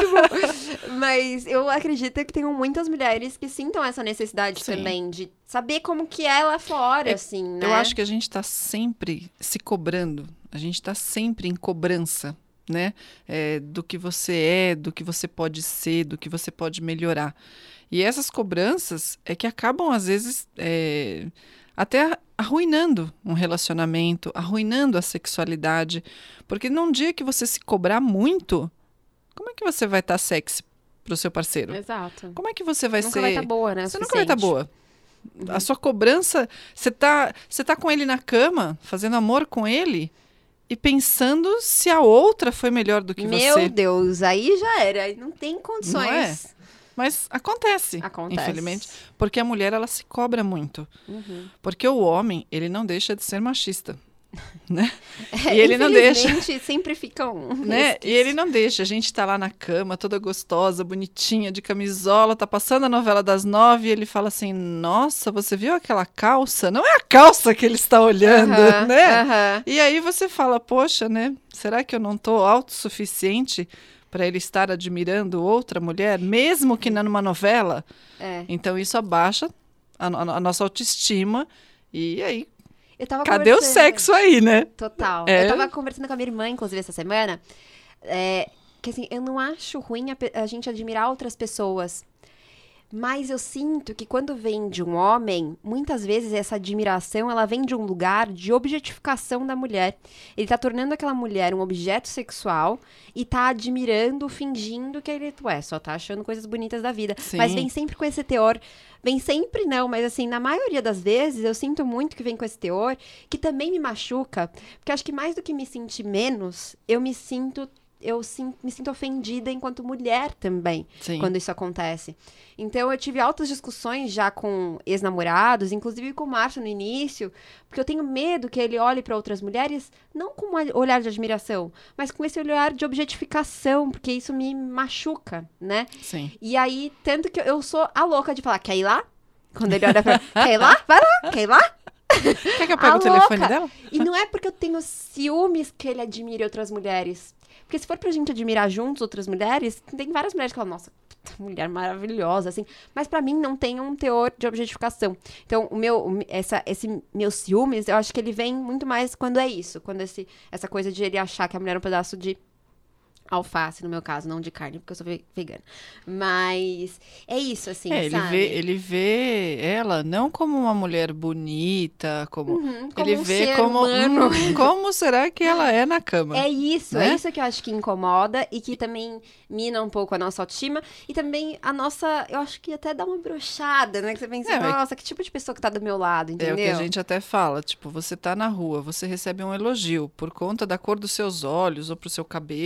Mas eu acredito que tenham muitas mulheres que sintam essa necessidade Sim. também de saber como que é lá fora, É, assim, né? Eu acho que a gente tá sempre se cobrando. A gente tá sempre em cobrança, né? É, do que você é, do que você pode ser, do que você pode melhorar. E essas cobranças é que acabam, às vezes, é, até arruinando um relacionamento, arruinando a sexualidade. Porque num dia que você se cobrar muito, como é que você vai estar sexy pro seu parceiro? Exato. Como é que você vai Nunca ser... vai estar boa, né? o Você nunca vai estar suficiente. boa. A sua cobrança, você tá, você tá com ele na cama, fazendo amor com ele e pensando se a outra foi melhor do que Meu você. Deus, aí já era. Aí não tem condições. Não é? Mas acontece, Acontece. infelizmente, porque a mulher ela se cobra muito. Uhum. Porque o homem, ele não deixa de ser machista, né? É, E ele não deixa. infelizmente, sempre fica um Né? resquício. E ele não deixa. A gente tá lá na cama, toda gostosa, bonitinha, de camisola, tá passando a novela das nove e ele fala assim: nossa, você viu aquela calça? Não é a calça que ele está olhando, Aham, né? aham. E aí você fala, poxa, né? Será que eu não tô autossuficiente para ele estar admirando outra mulher, mesmo que numa novela? É. Então isso abaixa a, no- a nossa autoestima e aí, Eu tava cadê o conversando- sexo aí, né? Total. É. Eu tava conversando com a minha irmã, inclusive, essa semana, é, que assim, eu não acho ruim a, pe- a gente admirar outras pessoas. Mas eu sinto que quando vem de um homem, muitas vezes essa admiração, ela vem de um lugar de objetificação da mulher. Ele tá tornando aquela mulher um objeto sexual e tá admirando, fingindo que ele, ué, só tá achando coisas bonitas da vida. Sim. Mas vem sempre com esse teor, vem sempre não, mas assim, na maioria das vezes, eu sinto muito que vem com esse teor, que também me machuca, porque acho que mais do que me sentir menos, eu me sinto eu sim, me sinto ofendida enquanto mulher também, Sim. quando isso acontece. Então, eu tive altas discussões já com ex-namorados, inclusive com o Márcio no início, porque eu tenho medo que ele olhe para outras mulheres, não com um olhar de admiração, mas com esse olhar de objetificação, porque isso me machuca, né? Sim. E aí, tanto que eu sou a louca de falar, quer ir lá? Quando ele olha pra mim, quer ir lá? Vai lá, quer ir lá? Quer que eu pegue A o telefone louca. dela? E não é porque eu tenho ciúmes que ele admire outras mulheres. Porque se for pra gente admirar juntos outras mulheres, tem várias mulheres que falam, nossa, puta, mulher maravilhosa, assim. Mas pra mim não tem um teor de objetificação. Então, o meu, o me- essa, esse meu ciúmes, eu acho que ele vem muito mais quando é isso. Quando esse, essa coisa de ele achar que a mulher é um pedaço de alface, no meu caso, não de carne, porque eu sou ve- vegana. Mas é isso, assim, É, ele sabe? vê, ele vê ela não como uma mulher bonita, como, Uhum, como ele um vê ser como humano. hum, como será que ela é na cama. É isso, né? é isso que eu acho que incomoda e que também mina um pouco a nossa autoestima e também a nossa, eu acho que até dá uma broxada, né? Que você pensa, É, mas- nossa, que tipo de pessoa que tá do meu lado, É entendeu? o que a gente até fala, tipo, você tá na rua, você recebe um elogio por conta da cor dos seus olhos, ou pro seu cabelo, É. ou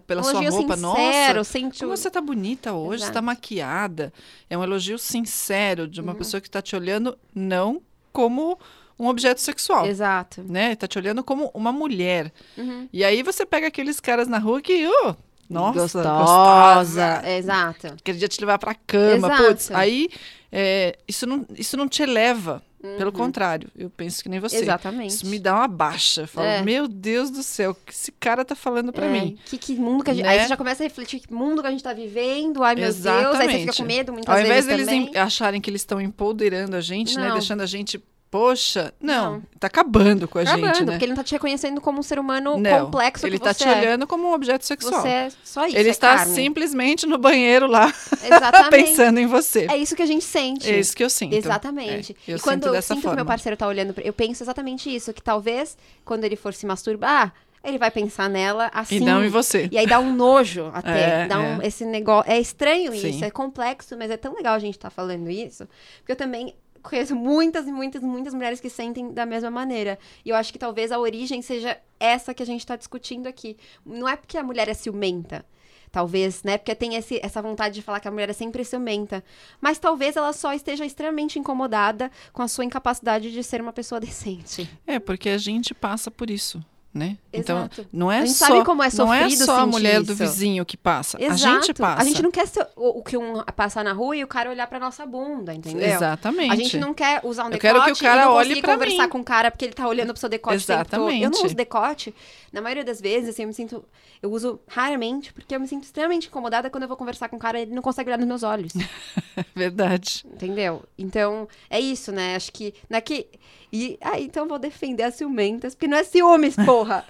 pela um sua elogio roupa. sincero, Nossa, sente... como você tá bonita hoje, Exato. você tá maquiada. É um elogio sincero de uma Uhum. pessoa que tá te olhando não como um objeto sexual, Exato. né? Tá te olhando como uma mulher. Uhum. E aí você pega aqueles caras na rua que, uh, nossa, Gostosa. gostosa. Exato. Queria te levar pra cama, Exato. putz. Aí, é, isso, não, isso não te eleva. Pelo Uhum. contrário, eu penso que nem você. Exatamente. Isso me dá uma baixa. Eu falo, É. meu Deus do céu, o que esse cara tá falando pra É, mim? Que, que mundo que a gente... Né? Aí você já começa a refletir que mundo que a gente tá vivendo. Ai, meu Deus. Aí você Exatamente. fica com medo muitas Ao invés vezes deles também. em- acharem que eles estão empoderando a gente, né? Não. Deixando a gente, poxa, não, Não. tá acabando com a Acabando, gente, né? porque ele não tá te reconhecendo como um ser humano Não, complexo ele que tá você te é. olhando como um objeto sexual. Você é só isso, ele é está carne. simplesmente no banheiro lá, Exatamente. pensando em você. É isso que a gente sente. É isso que eu sinto. Exatamente. É, eu e quando sinto eu dessa sinto forma. que meu parceiro tá olhando, pra... eu penso exatamente isso, que talvez quando ele for se masturbar, ele vai pensar nela assim. E não em você. E aí dá um nojo até, É, dá um, é. esse negócio, é estranho Sim. isso, é complexo, mas é tão legal a gente estar falando isso, porque eu também conheço muitas e muitas, muitas mulheres que sentem da mesma maneira. E eu acho que talvez a origem seja essa que a gente tá discutindo aqui. Não é porque a mulher é ciumenta, talvez, né? Porque tem esse, essa vontade de falar que a mulher é sempre ciumenta. Mas talvez ela só esteja extremamente incomodada com a sua incapacidade de ser uma pessoa decente. É, porque a gente passa por isso, né? Exato. Então, não é A gente só, sabe como é não é sofrido só a sentir mulher do isso. vizinho que passa. Exato. A gente passa. A gente não quer ser o, o que um passar na rua e o cara olhar pra nossa bunda, entendeu? Exatamente. A gente não quer usar um Eu decote quero que o cara e não olhe conseguir pra conversar mim. com o cara porque ele tá olhando pro seu decote o tempo todo. Eu não Exatamente. uso decote. Na maioria das vezes, assim, eu me sinto... Eu uso raramente, porque eu me sinto extremamente incomodada quando eu vou conversar com um cara e ele não consegue olhar nos meus olhos. Verdade. Entendeu? Então, é isso, né? Acho que... Não é que... E, ah, então eu vou defender as ciumentas, porque não é ciúmes, porra!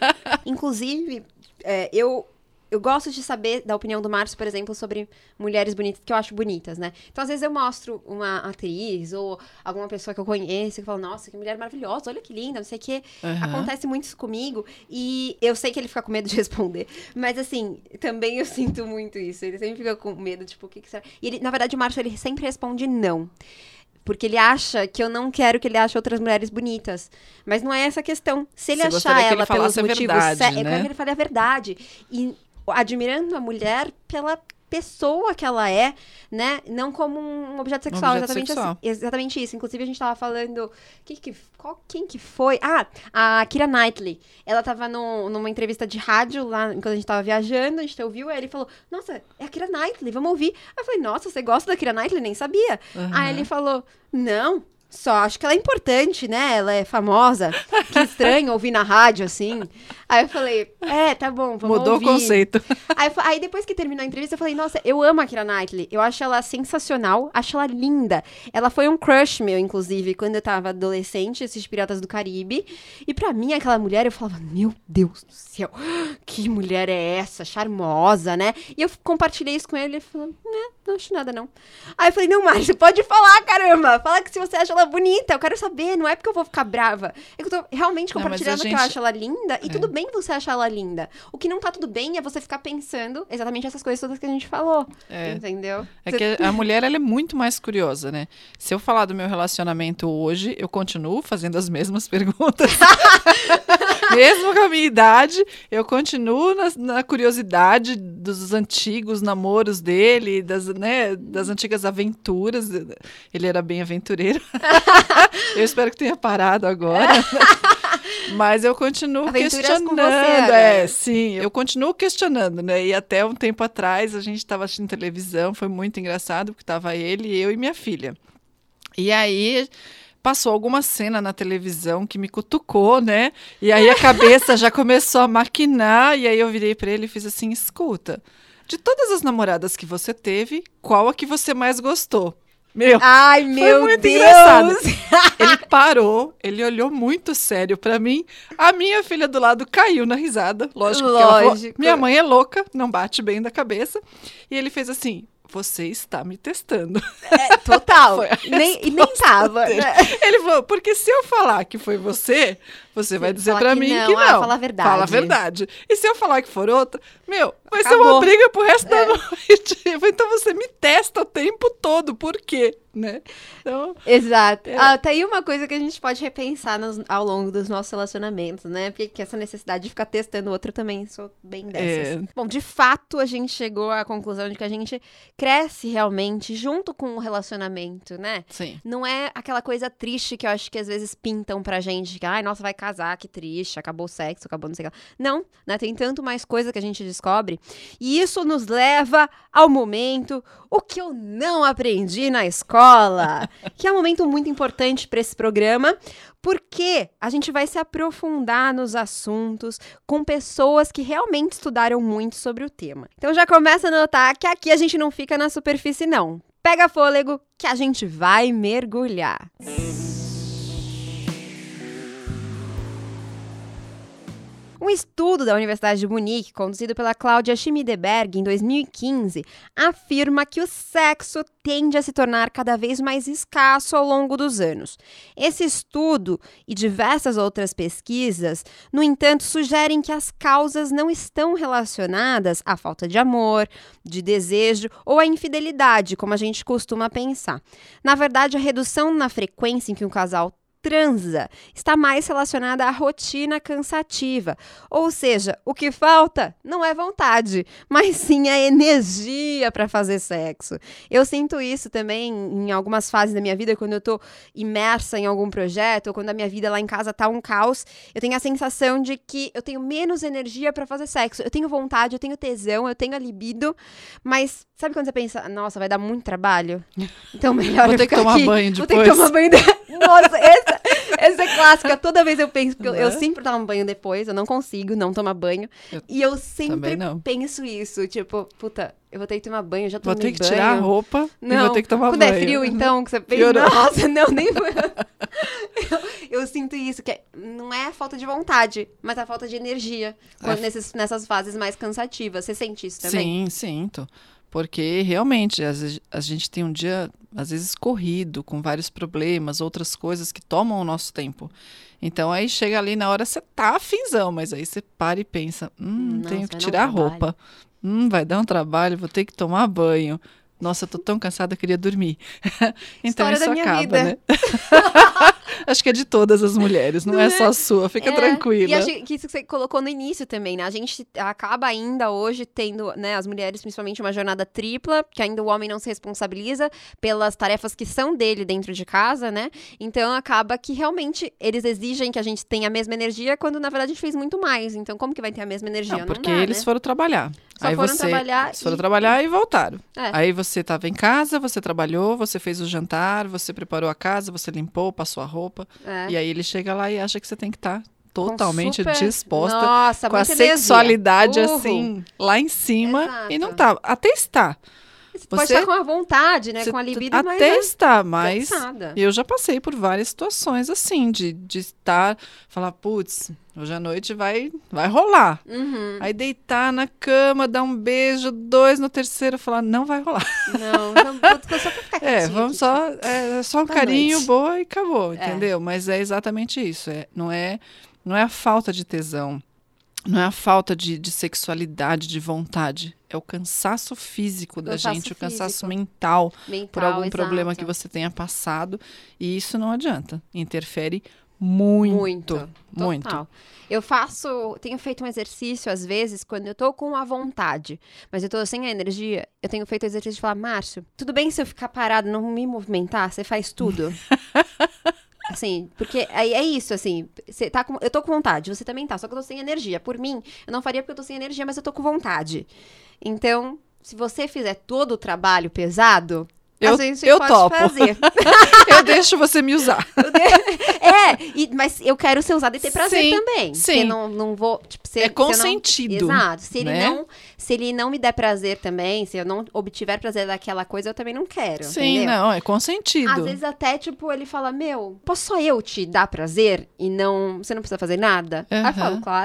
Inclusive, é, eu... Eu gosto de saber da opinião do Márcio, por exemplo, sobre mulheres bonitas, que eu acho bonitas, né? Então, às vezes eu mostro uma atriz ou alguma pessoa que eu conheço e falo, nossa, que mulher maravilhosa, olha que linda, não sei o quê. Uhum. Acontece muito isso comigo e eu sei que ele fica com medo de responder. Mas, assim, também eu sinto muito isso. Ele sempre fica com medo, tipo, o que, que será? E ele, na verdade, o Márcio, ele sempre responde não. Porque ele acha que eu não quero que ele ache outras mulheres bonitas. Mas não é essa a questão. Se ele Você achar gostaria que ele ela pelos falasse a motivos verdade, certos, eu né? quero que ele fale a verdade. E admirando a mulher pela pessoa que ela é, né? Não como um objeto sexual. objeto exatamente, sexual. Assim, exatamente isso. Inclusive, a gente tava falando... Quem que, qual, quem que foi? Ah, a Keira Knightley. Ela tava no, numa entrevista de rádio lá, enquanto a gente tava viajando, a gente ouviu, aí ele falou, nossa, é a Keira Knightley, vamos ouvir. Aí eu falei, nossa, você gosta da Keira Knightley? Nem sabia. Uhum. Aí ele falou, não... Só acho que ela é importante, né? Ela é famosa. Que estranho ouvir na rádio, assim. Aí eu falei, é, tá bom, vamos Mudou ouvir. o conceito. Aí, eu fa- aí depois que terminou a entrevista, eu falei, nossa, eu amo a Keira Knightley. Eu acho ela sensacional, acho ela linda. Ela foi um crush meu, inclusive, quando eu tava adolescente, esses Piratas do Caribe. E pra mim, aquela mulher, eu falava, meu Deus do céu, que mulher é essa? Charmosa, né? E eu compartilhei isso com ele e ele falou, né, não acho nada, não. Aí eu falei, não, Márcio, pode falar, caramba. Fala que se você acha ela bonita, eu quero saber, não é porque eu vou ficar brava. É que eu tô realmente Não, mas a compartilhando que eu gente- acho ela linda. E É. tudo bem você achar ela linda. O que não tá tudo bem é você ficar pensando exatamente essas coisas todas que a gente falou. É. Entendeu? É que a mulher, ela é muito mais curiosa, né? Se eu falar do meu relacionamento hoje, eu continuo fazendo as mesmas perguntas. Mesmo com a minha idade, eu continuo na, na curiosidade dos antigos namoros dele, das, né, das antigas aventuras. Ele era bem aventureiro. Eu espero que tenha parado agora. Mas eu continuo Aventuras com questionando. você, né? É, sim, eu continuo questionando, né? E até um tempo atrás a gente estava assistindo televisão, foi muito engraçado, porque estava ele, eu e minha filha. E aí passou alguma cena na televisão que me cutucou, né? E aí a cabeça já começou a maquinar, e aí eu virei para ele e fiz assim, escuta, de todas as namoradas que você teve, qual a que você mais gostou? Meu, Ai, meu muito Deus! engraçado. Ele parou, ele olhou muito sério pra mim. A minha filha do lado caiu na risada. Lógico, que ela falou, Lógico. minha mãe é louca, não bate bem da cabeça. E ele fez assim, você está me testando. É, total. Foi a Nem, e nem tava. dele. né? Ele falou, porque se eu falar que foi você, você vai dizer Fala pra que mim não, que ah, não. fala a verdade. Fala a verdade. E se eu falar que for outra, meu, vai ser Acabou. uma briga pro resto da noite. Eu falei, então você me testa o tempo todo, por quê? né? Então, Exato. É. Ah, tá aí uma coisa que a gente pode repensar nos- ao longo dos nossos relacionamentos, né? Porque que essa necessidade de ficar testando o outro também, sou bem dessas. É. Bom, de fato, a gente chegou à conclusão de que a gente cresce realmente junto com o relacionamento, né? sim. Não é aquela coisa triste que eu acho que às vezes pintam pra gente, que, ai, nossa, vai casar, que triste, acabou o sexo, acabou não sei o que lá. Não, né? Tem tanto mais coisa que a gente descobre. E isso nos leva ao momento, o que eu não aprendi na escola, que é um momento muito importante pra esse programa, porque a gente vai se aprofundar nos assuntos com pessoas que realmente estudaram muito sobre o tema. Então já começa a notar que aqui a gente não fica na superfície, não. Pega fôlego que a gente vai mergulhar. Um estudo da Universidade de Munique, conduzido pela Cláudia Schmidberg em dois mil e quinze, afirma que o sexo tende a se tornar cada vez mais escasso ao longo dos anos. Esse estudo e diversas outras pesquisas, no entanto, sugerem que as causas não estão relacionadas à falta de amor, de desejo ou à infidelidade, como a gente costuma pensar. Na verdade, a redução na frequência em que um casal transa está mais relacionada à rotina cansativa. Ou seja, o que falta não é vontade, mas sim a energia para fazer sexo. Eu sinto isso também em algumas fases da minha vida, quando eu estou imersa em algum projeto, ou quando a minha vida lá em casa tá um caos, eu tenho a sensação de que eu tenho menos energia para fazer sexo. Eu tenho vontade, eu tenho tesão, eu tenho a libido, mas sabe quando você pensa, nossa, vai dar muito trabalho? Então melhor Vou eu ter que ficar tomar aqui. banho Vou ter que depois. tomar banho depois. Nossa, essa, essa é clássica. Toda vez eu penso, porque eu, eu Né? sempre tomo banho depois, eu não consigo não tomar banho. Eu e eu sempre também não. penso isso, tipo, puta, eu vou ter que tomar banho, eu já Vou tomei ter que banho. tirar a roupa Não, e vou ter que tomar quando banho. é frio, então, que você pensa, Piorou. nossa, não, nem... eu, eu sinto isso, que é- não é a falta de vontade, mas a falta de energia, quando, É. nesses, nessas fases mais cansativas. Você sente isso também? Sim, sinto. Porque realmente às vezes, a gente tem um dia, às vezes, corrido, com vários problemas, outras coisas que tomam o nosso tempo. Então aí chega ali na hora, você tá afinzão, mas aí você para e pensa, hum, Nossa, tenho vai que dar um tirar a trabalho. roupa. Hum, vai dar um trabalho, vou ter que tomar banho. Nossa, eu tô tão cansada, eu queria dormir. Então História isso da minha acaba, vida. né? Acho que é de todas as mulheres, não, Não é, é? só sua, fica É, tranquila. E acho que isso que você colocou no início também, né? A gente acaba ainda hoje tendo, né, as mulheres, principalmente, uma jornada tripla, que ainda o homem não se responsabiliza pelas tarefas que são dele dentro de casa, né? Então acaba que realmente eles exigem que a gente tenha a mesma energia, quando na verdade a gente fez muito mais. Então como que vai ter a mesma energia? Não, porque não dá, eles né? foram trabalhar. Só Aí foram você, trabalhar eles foram e- trabalhar e voltaram. É. Aí você estava em casa, você trabalhou, você fez o jantar, você preparou a casa, você limpou, passou a roupa. É. E aí ele chega lá e acha que você tem que estar Com totalmente super- disposta, Nossa, com a muita energia. sexualidade Uhul. assim, lá em cima. Exato. E não tá. Até está. Você pode Você- estar com a vontade, né? Você Com a t- libido, até mas é está, mas cansada. eu já passei por várias situações assim, de, de estar, falar, putz, hoje à noite vai, vai rolar. Uhum. Aí deitar na cama, dar um beijo, dois no terceiro, falar, não vai rolar. Não, então, putz, só pra ficar É, quietinha vamos aqui. só, é só um Boa carinho, noite. boa e acabou, É. entendeu? Mas é exatamente isso, é, não, é, não é a falta de tesão, não é a falta de, de sexualidade, de vontade, é o cansaço físico da Cansaço gente, o cansaço físico. mental, Mental, por algum exato. problema que você tenha passado, e isso não adianta, interfere muito, Muito. muito. Total. Eu faço, tenho feito um exercício às vezes quando eu tô com a vontade, mas eu tô sem a energia, eu tenho feito o exercício de falar, Márcio, tudo bem se eu ficar parado, não me movimentar, você faz tudo. Assim, porque aí é isso, assim, você tá com, eu tô com vontade, você também tá, só que eu tô sem energia. Por mim, eu não faria porque eu tô sem energia, mas eu tô com vontade. Então, se você fizer todo o trabalho pesado, Eu- a gente eu pode topo. fazer. Eu deixo você me usar. É, e- mas eu quero ser usada e ter prazer Sim, também. sim. Porque não, não vou. Tipo, se, É se eu não- consentido, Exato. Se ele, né? não, se ele não me der prazer também, se eu não obtiver prazer daquela coisa, eu também não quero. Sim, entendeu? não, é consentido. Às vezes até, tipo, ele fala, meu, posso só eu te dar prazer e não. Você não precisa fazer nada? Aí eu Aham. falo, claro.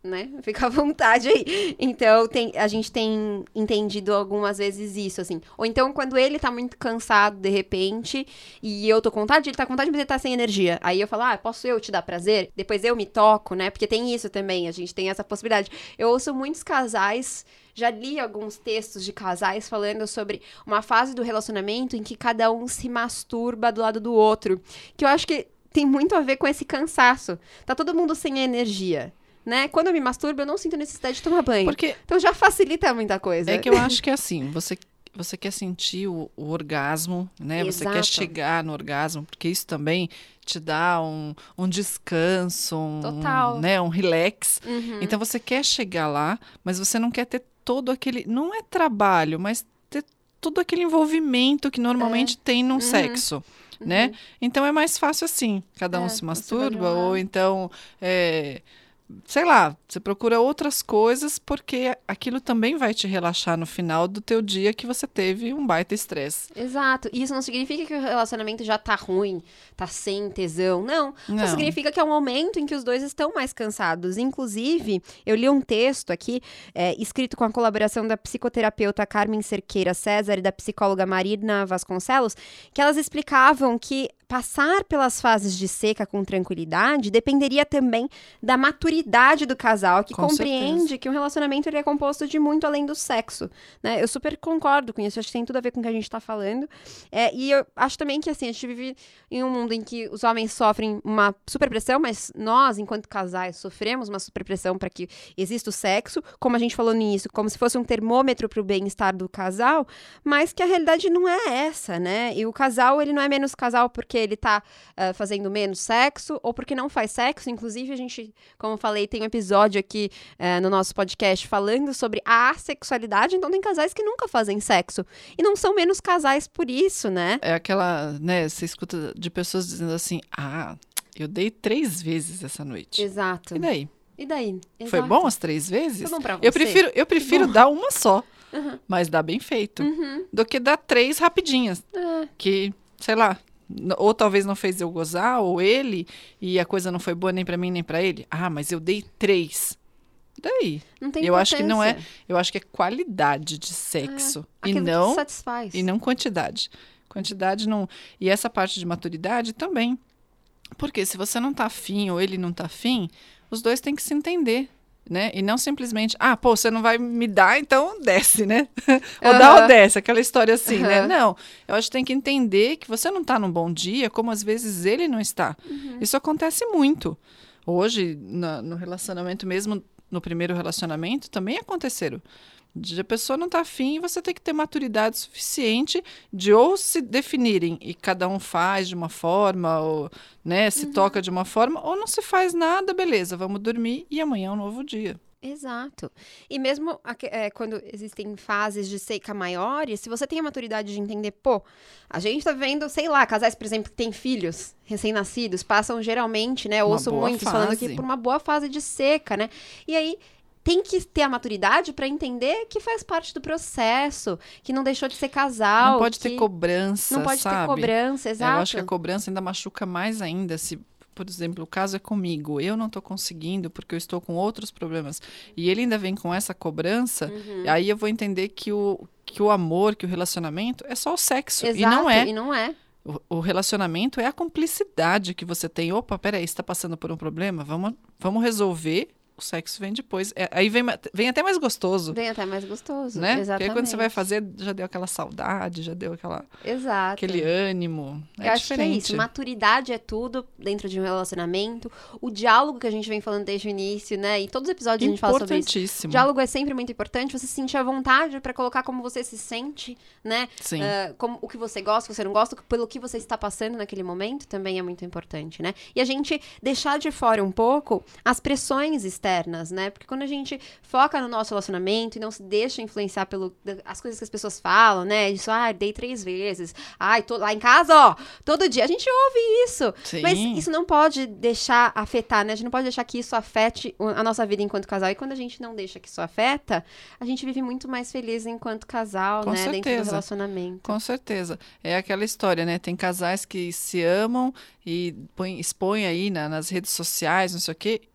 né? Fica à vontade aí. Então, tem, a gente tem entendido algumas vezes isso, assim. Ou então, quando ele tá muito cansado, de repente, e eu tô com vontade, ele tá com vontade, mas ele tá sem energia. Aí eu falo, ah, posso eu te dar prazer? Depois eu me toco, né? Porque tem isso também, a gente tem essa possibilidade. Eu ouço muitos casais, já li alguns textos de casais falando sobre uma fase do relacionamento em que cada um se masturba do lado do outro. Que eu acho que tem muito a ver com esse cansaço. Tá todo mundo sem energia. Né? Quando eu me masturbo, eu não sinto necessidade de tomar banho. Porque então já facilita muita coisa. é que eu acho que é assim, você, você quer sentir o, o orgasmo, né? Exato. Você quer chegar no orgasmo, porque isso também te dá um, um descanso, um, Total. Né? um relax. Uhum. Então você quer chegar lá, mas você não quer ter todo aquele... Não é trabalho, mas ter todo aquele envolvimento que normalmente É. tem num Uhum. sexo. Né? Então é mais fácil assim. Cada um É, se você masturba, vai lá. ou então... É, sei lá, você procura outras coisas porque aquilo também vai te relaxar no final do teu dia que você teve um baita estresse. Exato. E isso não significa que o relacionamento já tá ruim, tá sem tesão. Não. Não. Só significa que é um momento em que os dois estão mais cansados. Inclusive, eu li um texto aqui, é, escrito com a colaboração da psicoterapeuta Carmen Cerqueira César e da psicóloga Marina Vasconcelos, que elas explicavam que passar pelas fases de seca com tranquilidade dependeria também da maturidade do casal, que Com compreende certeza. que um relacionamento ele é composto de muito além do sexo, né? Eu super concordo com isso, acho que tem tudo a ver com o que a gente tá falando. É, e eu acho também que, assim, a gente vive em um mundo em que os homens sofrem uma superpressão, mas nós, enquanto casais, sofremos uma superpressão para que exista o sexo, como a gente falou nisso, como se fosse um termômetro para o bem-estar do casal, mas que a realidade não é essa, né? E o casal, ele não é menos casal porque ele tá uh, fazendo menos sexo ou porque não faz sexo. Inclusive, a gente, como eu falei, tem um episódio aqui uh, no nosso podcast falando sobre a assexualidade. Então, tem casais que nunca fazem sexo e não são menos casais por isso, né? É aquela, né, você escuta de pessoas dizendo assim, ah, eu dei três vezes essa noite. Exato. E daí? E daí? Foi Exato. bom as três vezes? Foi bom pra Eu você? prefiro, eu prefiro bom. dar uma só, Uhum. mas dar bem feito, Uhum. do que dar três rapidinhas. É. Que, sei lá, n- ou talvez não fez eu gozar, ou ele, e a coisa não foi boa nem pra mim nem pra ele. Ah, mas eu dei três. Daí? Não tem Eu acho que não é, importância. eu acho que é qualidade de sexo e Aquilo que não te satisfaz. e não quantidade. Quantidade não. E essa parte de maturidade também. Porque se você não tá afim ou ele não tá afim, os dois têm que se entender, né? E não simplesmente, ah, pô, você não vai me dar, então desce, né? ou Aham. dá ou desce, aquela história assim, né? Aham. Não, eu acho que tem que entender que você não tá num bom dia, como às vezes ele não está. Uhum. Isso acontece muito. Hoje, na- no relacionamento mesmo, no primeiro relacionamento, também aconteceram. De a pessoa não tá afim, você tem que ter maturidade suficiente de ou se definirem e cada um faz de uma forma, ou né, se toca de uma forma, ou não se faz nada, beleza, vamos dormir e amanhã é um novo dia. Exato. E mesmo aque- é, quando existem fases de seca maiores, se você tem a maturidade de entender, pô, a gente tá vendo, sei lá, casais, por exemplo, que têm filhos recém-nascidos, passam geralmente, né, eu Uma ouço boa muitos falando fase. aqui, por uma boa fase de seca, né? E aí tem que ter a maturidade pra entender que faz parte do processo, que não deixou de ser casal. Não pode que ter cobrança, Não pode sabe? ter cobrança, É, exato. eu acho que a cobrança ainda machuca mais ainda se, por exemplo, o caso é comigo, eu não tô conseguindo porque eu estou com outros problemas e ele ainda vem com essa cobrança, Uhum. aí eu vou entender que o, que o amor, que o relacionamento é só o sexo. Exato, E não é. E não é. O, o relacionamento é a cumplicidade que você tem. Opa, peraí, você tá passando por um problema? Vamos, vamos resolver. O sexo vem depois. É, aí vem, ma- vem até mais gostoso, Vem até mais gostoso. né? Porque Exatamente. aí quando você vai fazer, já deu aquela saudade, já deu aquela, Exato. aquele ânimo. É Eu acho que é diferente. isso. Maturidade é tudo dentro de um relacionamento. O diálogo que a gente vem falando desde o início, né? E todos os episódios a gente fala sobre isso. Importantíssimo. Diálogo é sempre muito importante. Você se sentir à vontade pra colocar como você se sente, né? Sim. Ah, como, o que você gosta, o que você não gosta, pelo que você está passando naquele momento também é muito importante, né? E a gente deixar de fora um pouco as pressões externas, né? Porque quando a gente foca no nosso relacionamento e não se deixa influenciar pelas coisas que as pessoas falam, né? Isso, ah, dei três vezes. Ai, tô lá em casa, ó, todo dia. A gente ouve isso. Sim. Mas isso não pode deixar afetar, né? A gente não pode deixar que isso afete o- a nossa vida enquanto casal. E quando a gente não deixa que isso afeta, a gente vive muito mais feliz enquanto casal, Com né? Dentro do certeza. relacionamento. Com certeza. É aquela história, né? Tem casais que se amam e põe, expõem aí na- nas redes sociais, não sei o quê,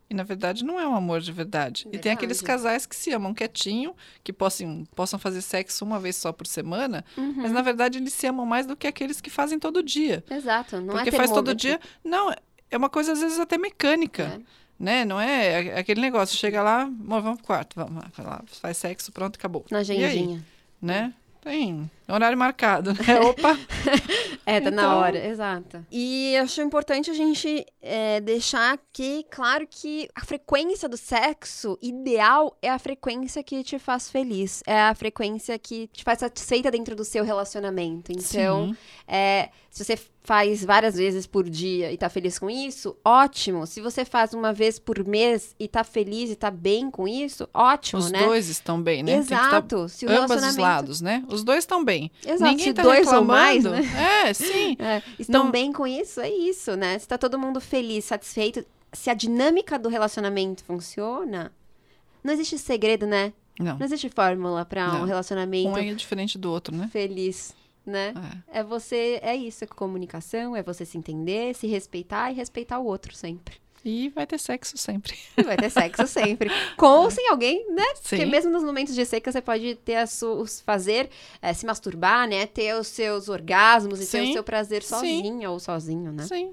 E, na verdade, não é um amor de verdade. verdade. E tem aqueles casais que se amam quietinho, que possam, possam fazer sexo uma vez só por semana, uhum. mas, na verdade, eles se amam mais do que aqueles que fazem todo dia. Exato. Não Porque é faz todo dia... Não, é uma coisa, às vezes, até mecânica. É. Né? Não é aquele negócio, chega lá, vamos pro quarto, vamos lá, faz sexo, pronto, acabou. Na agendinha. Né? Tem horário marcado, né? Opa! É, tá então... na hora, exato. E eu acho importante a gente é, deixar aqui claro que a frequência do sexo ideal é a frequência que te faz feliz. É a frequência que te faz satisfeita dentro do seu relacionamento. Então, é, se você faz várias vezes por dia e tá feliz com isso, ótimo. Se você faz uma vez por mês e tá feliz e tá bem com isso, ótimo, os né? Os dois estão bem, né? Exato. Se o relacionamento... Ambos os lados, né? Os dois estão bem. Exato. Ninguém se tá dois reclamando. ou mais, né? É, sim. É, estão Não... bem com isso, é isso, né? Se tá todo mundo feliz, satisfeito, se a dinâmica do relacionamento funciona, não existe segredo, né? Não. Não existe fórmula pra um relacionamento um é diferente do outro, né? Feliz, né? É. é você, é isso, é comunicação, é você se entender, se respeitar e respeitar o outro sempre. E vai ter sexo sempre. Vai ter sexo sempre. Com ou sem alguém, né? Sim. Porque mesmo nos momentos de seca, você pode ter a su- fazer, é, se masturbar, né? Ter os seus orgasmos e Sim. ter o seu prazer sozinha Sim. ou sozinho, né? Sim.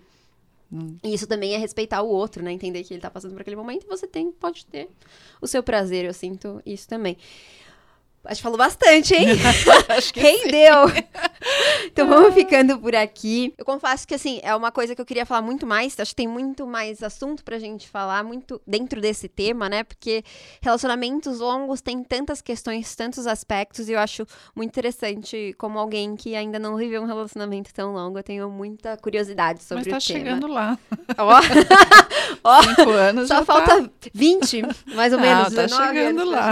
E isso também é respeitar o outro, né? Entender que ele tá passando por aquele momento e você tem, pode ter o seu prazer. Eu sinto isso também. Acho que falou bastante, hein? Acho que rendeu! Então vamos ficando por aqui. Eu confesso que, assim, é uma coisa que eu queria falar muito mais. Acho que tem muito mais assunto pra gente falar, muito dentro desse tema, né? Porque relacionamentos longos têm tantas questões, tantos aspectos. E eu acho muito interessante, como alguém que ainda não viveu um relacionamento tão longo, eu tenho muita curiosidade sobre Mas tá o tema. chegando lá. Ó! Ó! Cinco anos só já falta tá... vinte, mais ou menos. Não, tá chegando lá.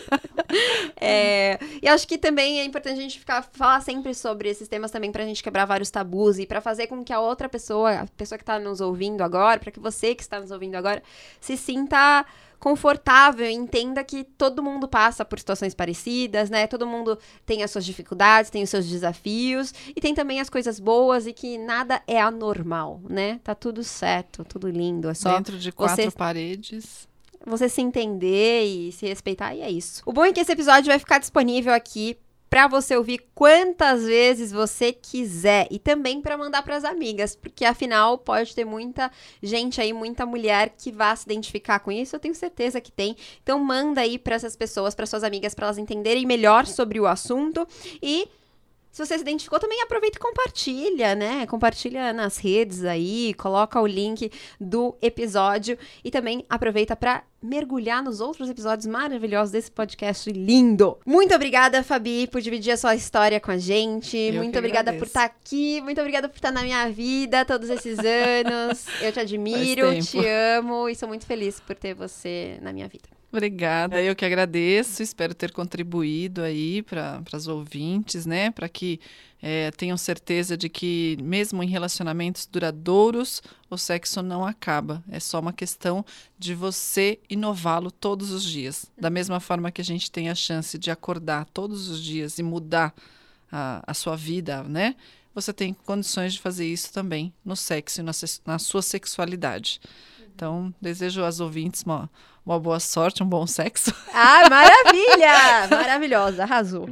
É, e acho que também é importante a gente ficar, falar sempre sobre esses temas também pra gente quebrar vários tabus e pra fazer com que a outra pessoa, a pessoa que tá nos ouvindo agora, pra que você que está nos ouvindo agora, se sinta confortável e entenda que todo mundo passa por situações parecidas, né? Todo mundo tem as suas dificuldades, tem os seus desafios e tem também as coisas boas e que nada é anormal, né? Tá tudo certo, tudo lindo. É só dentro de quatro você... paredes... você se entender e se respeitar, e é isso. O bom é que esse episódio vai ficar disponível aqui pra você ouvir quantas vezes você quiser e também pra mandar pras amigas, porque afinal pode ter muita gente aí, muita mulher que vá se identificar com isso, eu tenho certeza que tem. Então manda aí pra essas pessoas, pras suas amigas, pra elas entenderem melhor sobre o assunto e... se você se identificou, também aproveita e compartilha, né? Compartilha nas redes aí, coloca o link do episódio e também aproveita para mergulhar nos outros episódios maravilhosos desse podcast lindo. Muito obrigada, Fabi, por dividir a sua história com a gente. Eu muito obrigada agradeço. por estar aqui. Muito obrigada por estar na minha vida todos esses anos. Eu te admiro, te amo e sou muito feliz por ter você na minha vida. Obrigada, eu que agradeço, espero ter contribuído aí para as ouvintes, né, para que é, tenham certeza de que mesmo em relacionamentos duradouros, o sexo não acaba, é só uma questão de você inová-lo todos os dias, da mesma forma que a gente tem a chance de acordar todos os dias e mudar a, a sua vida, né, você tem condições de fazer isso também no sexo e na, na sua sexualidade. Então, desejo às ouvintes uma, uma boa sorte, um bom sexo. Ah, maravilha! Maravilhosa, arrasou.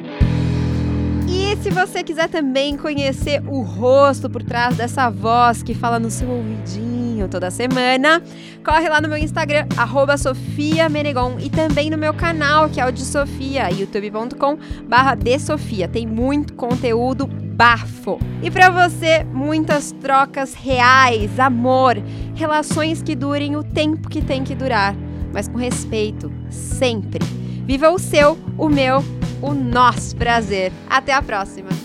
E se você quiser também conhecer o rosto por trás dessa voz que fala no seu ouvidinho toda semana, corre lá no meu Instagram, arroba Sofia Menegon, e também no meu canal, que é o de Sofia, youtube ponto com barra de Sofia. Tem muito conteúdo bafo. E pra você, muitas trocas reais, amor, relações que durem o tempo que tem que durar, mas com respeito, sempre. Viva o seu, o meu, o nosso prazer. Até a próxima!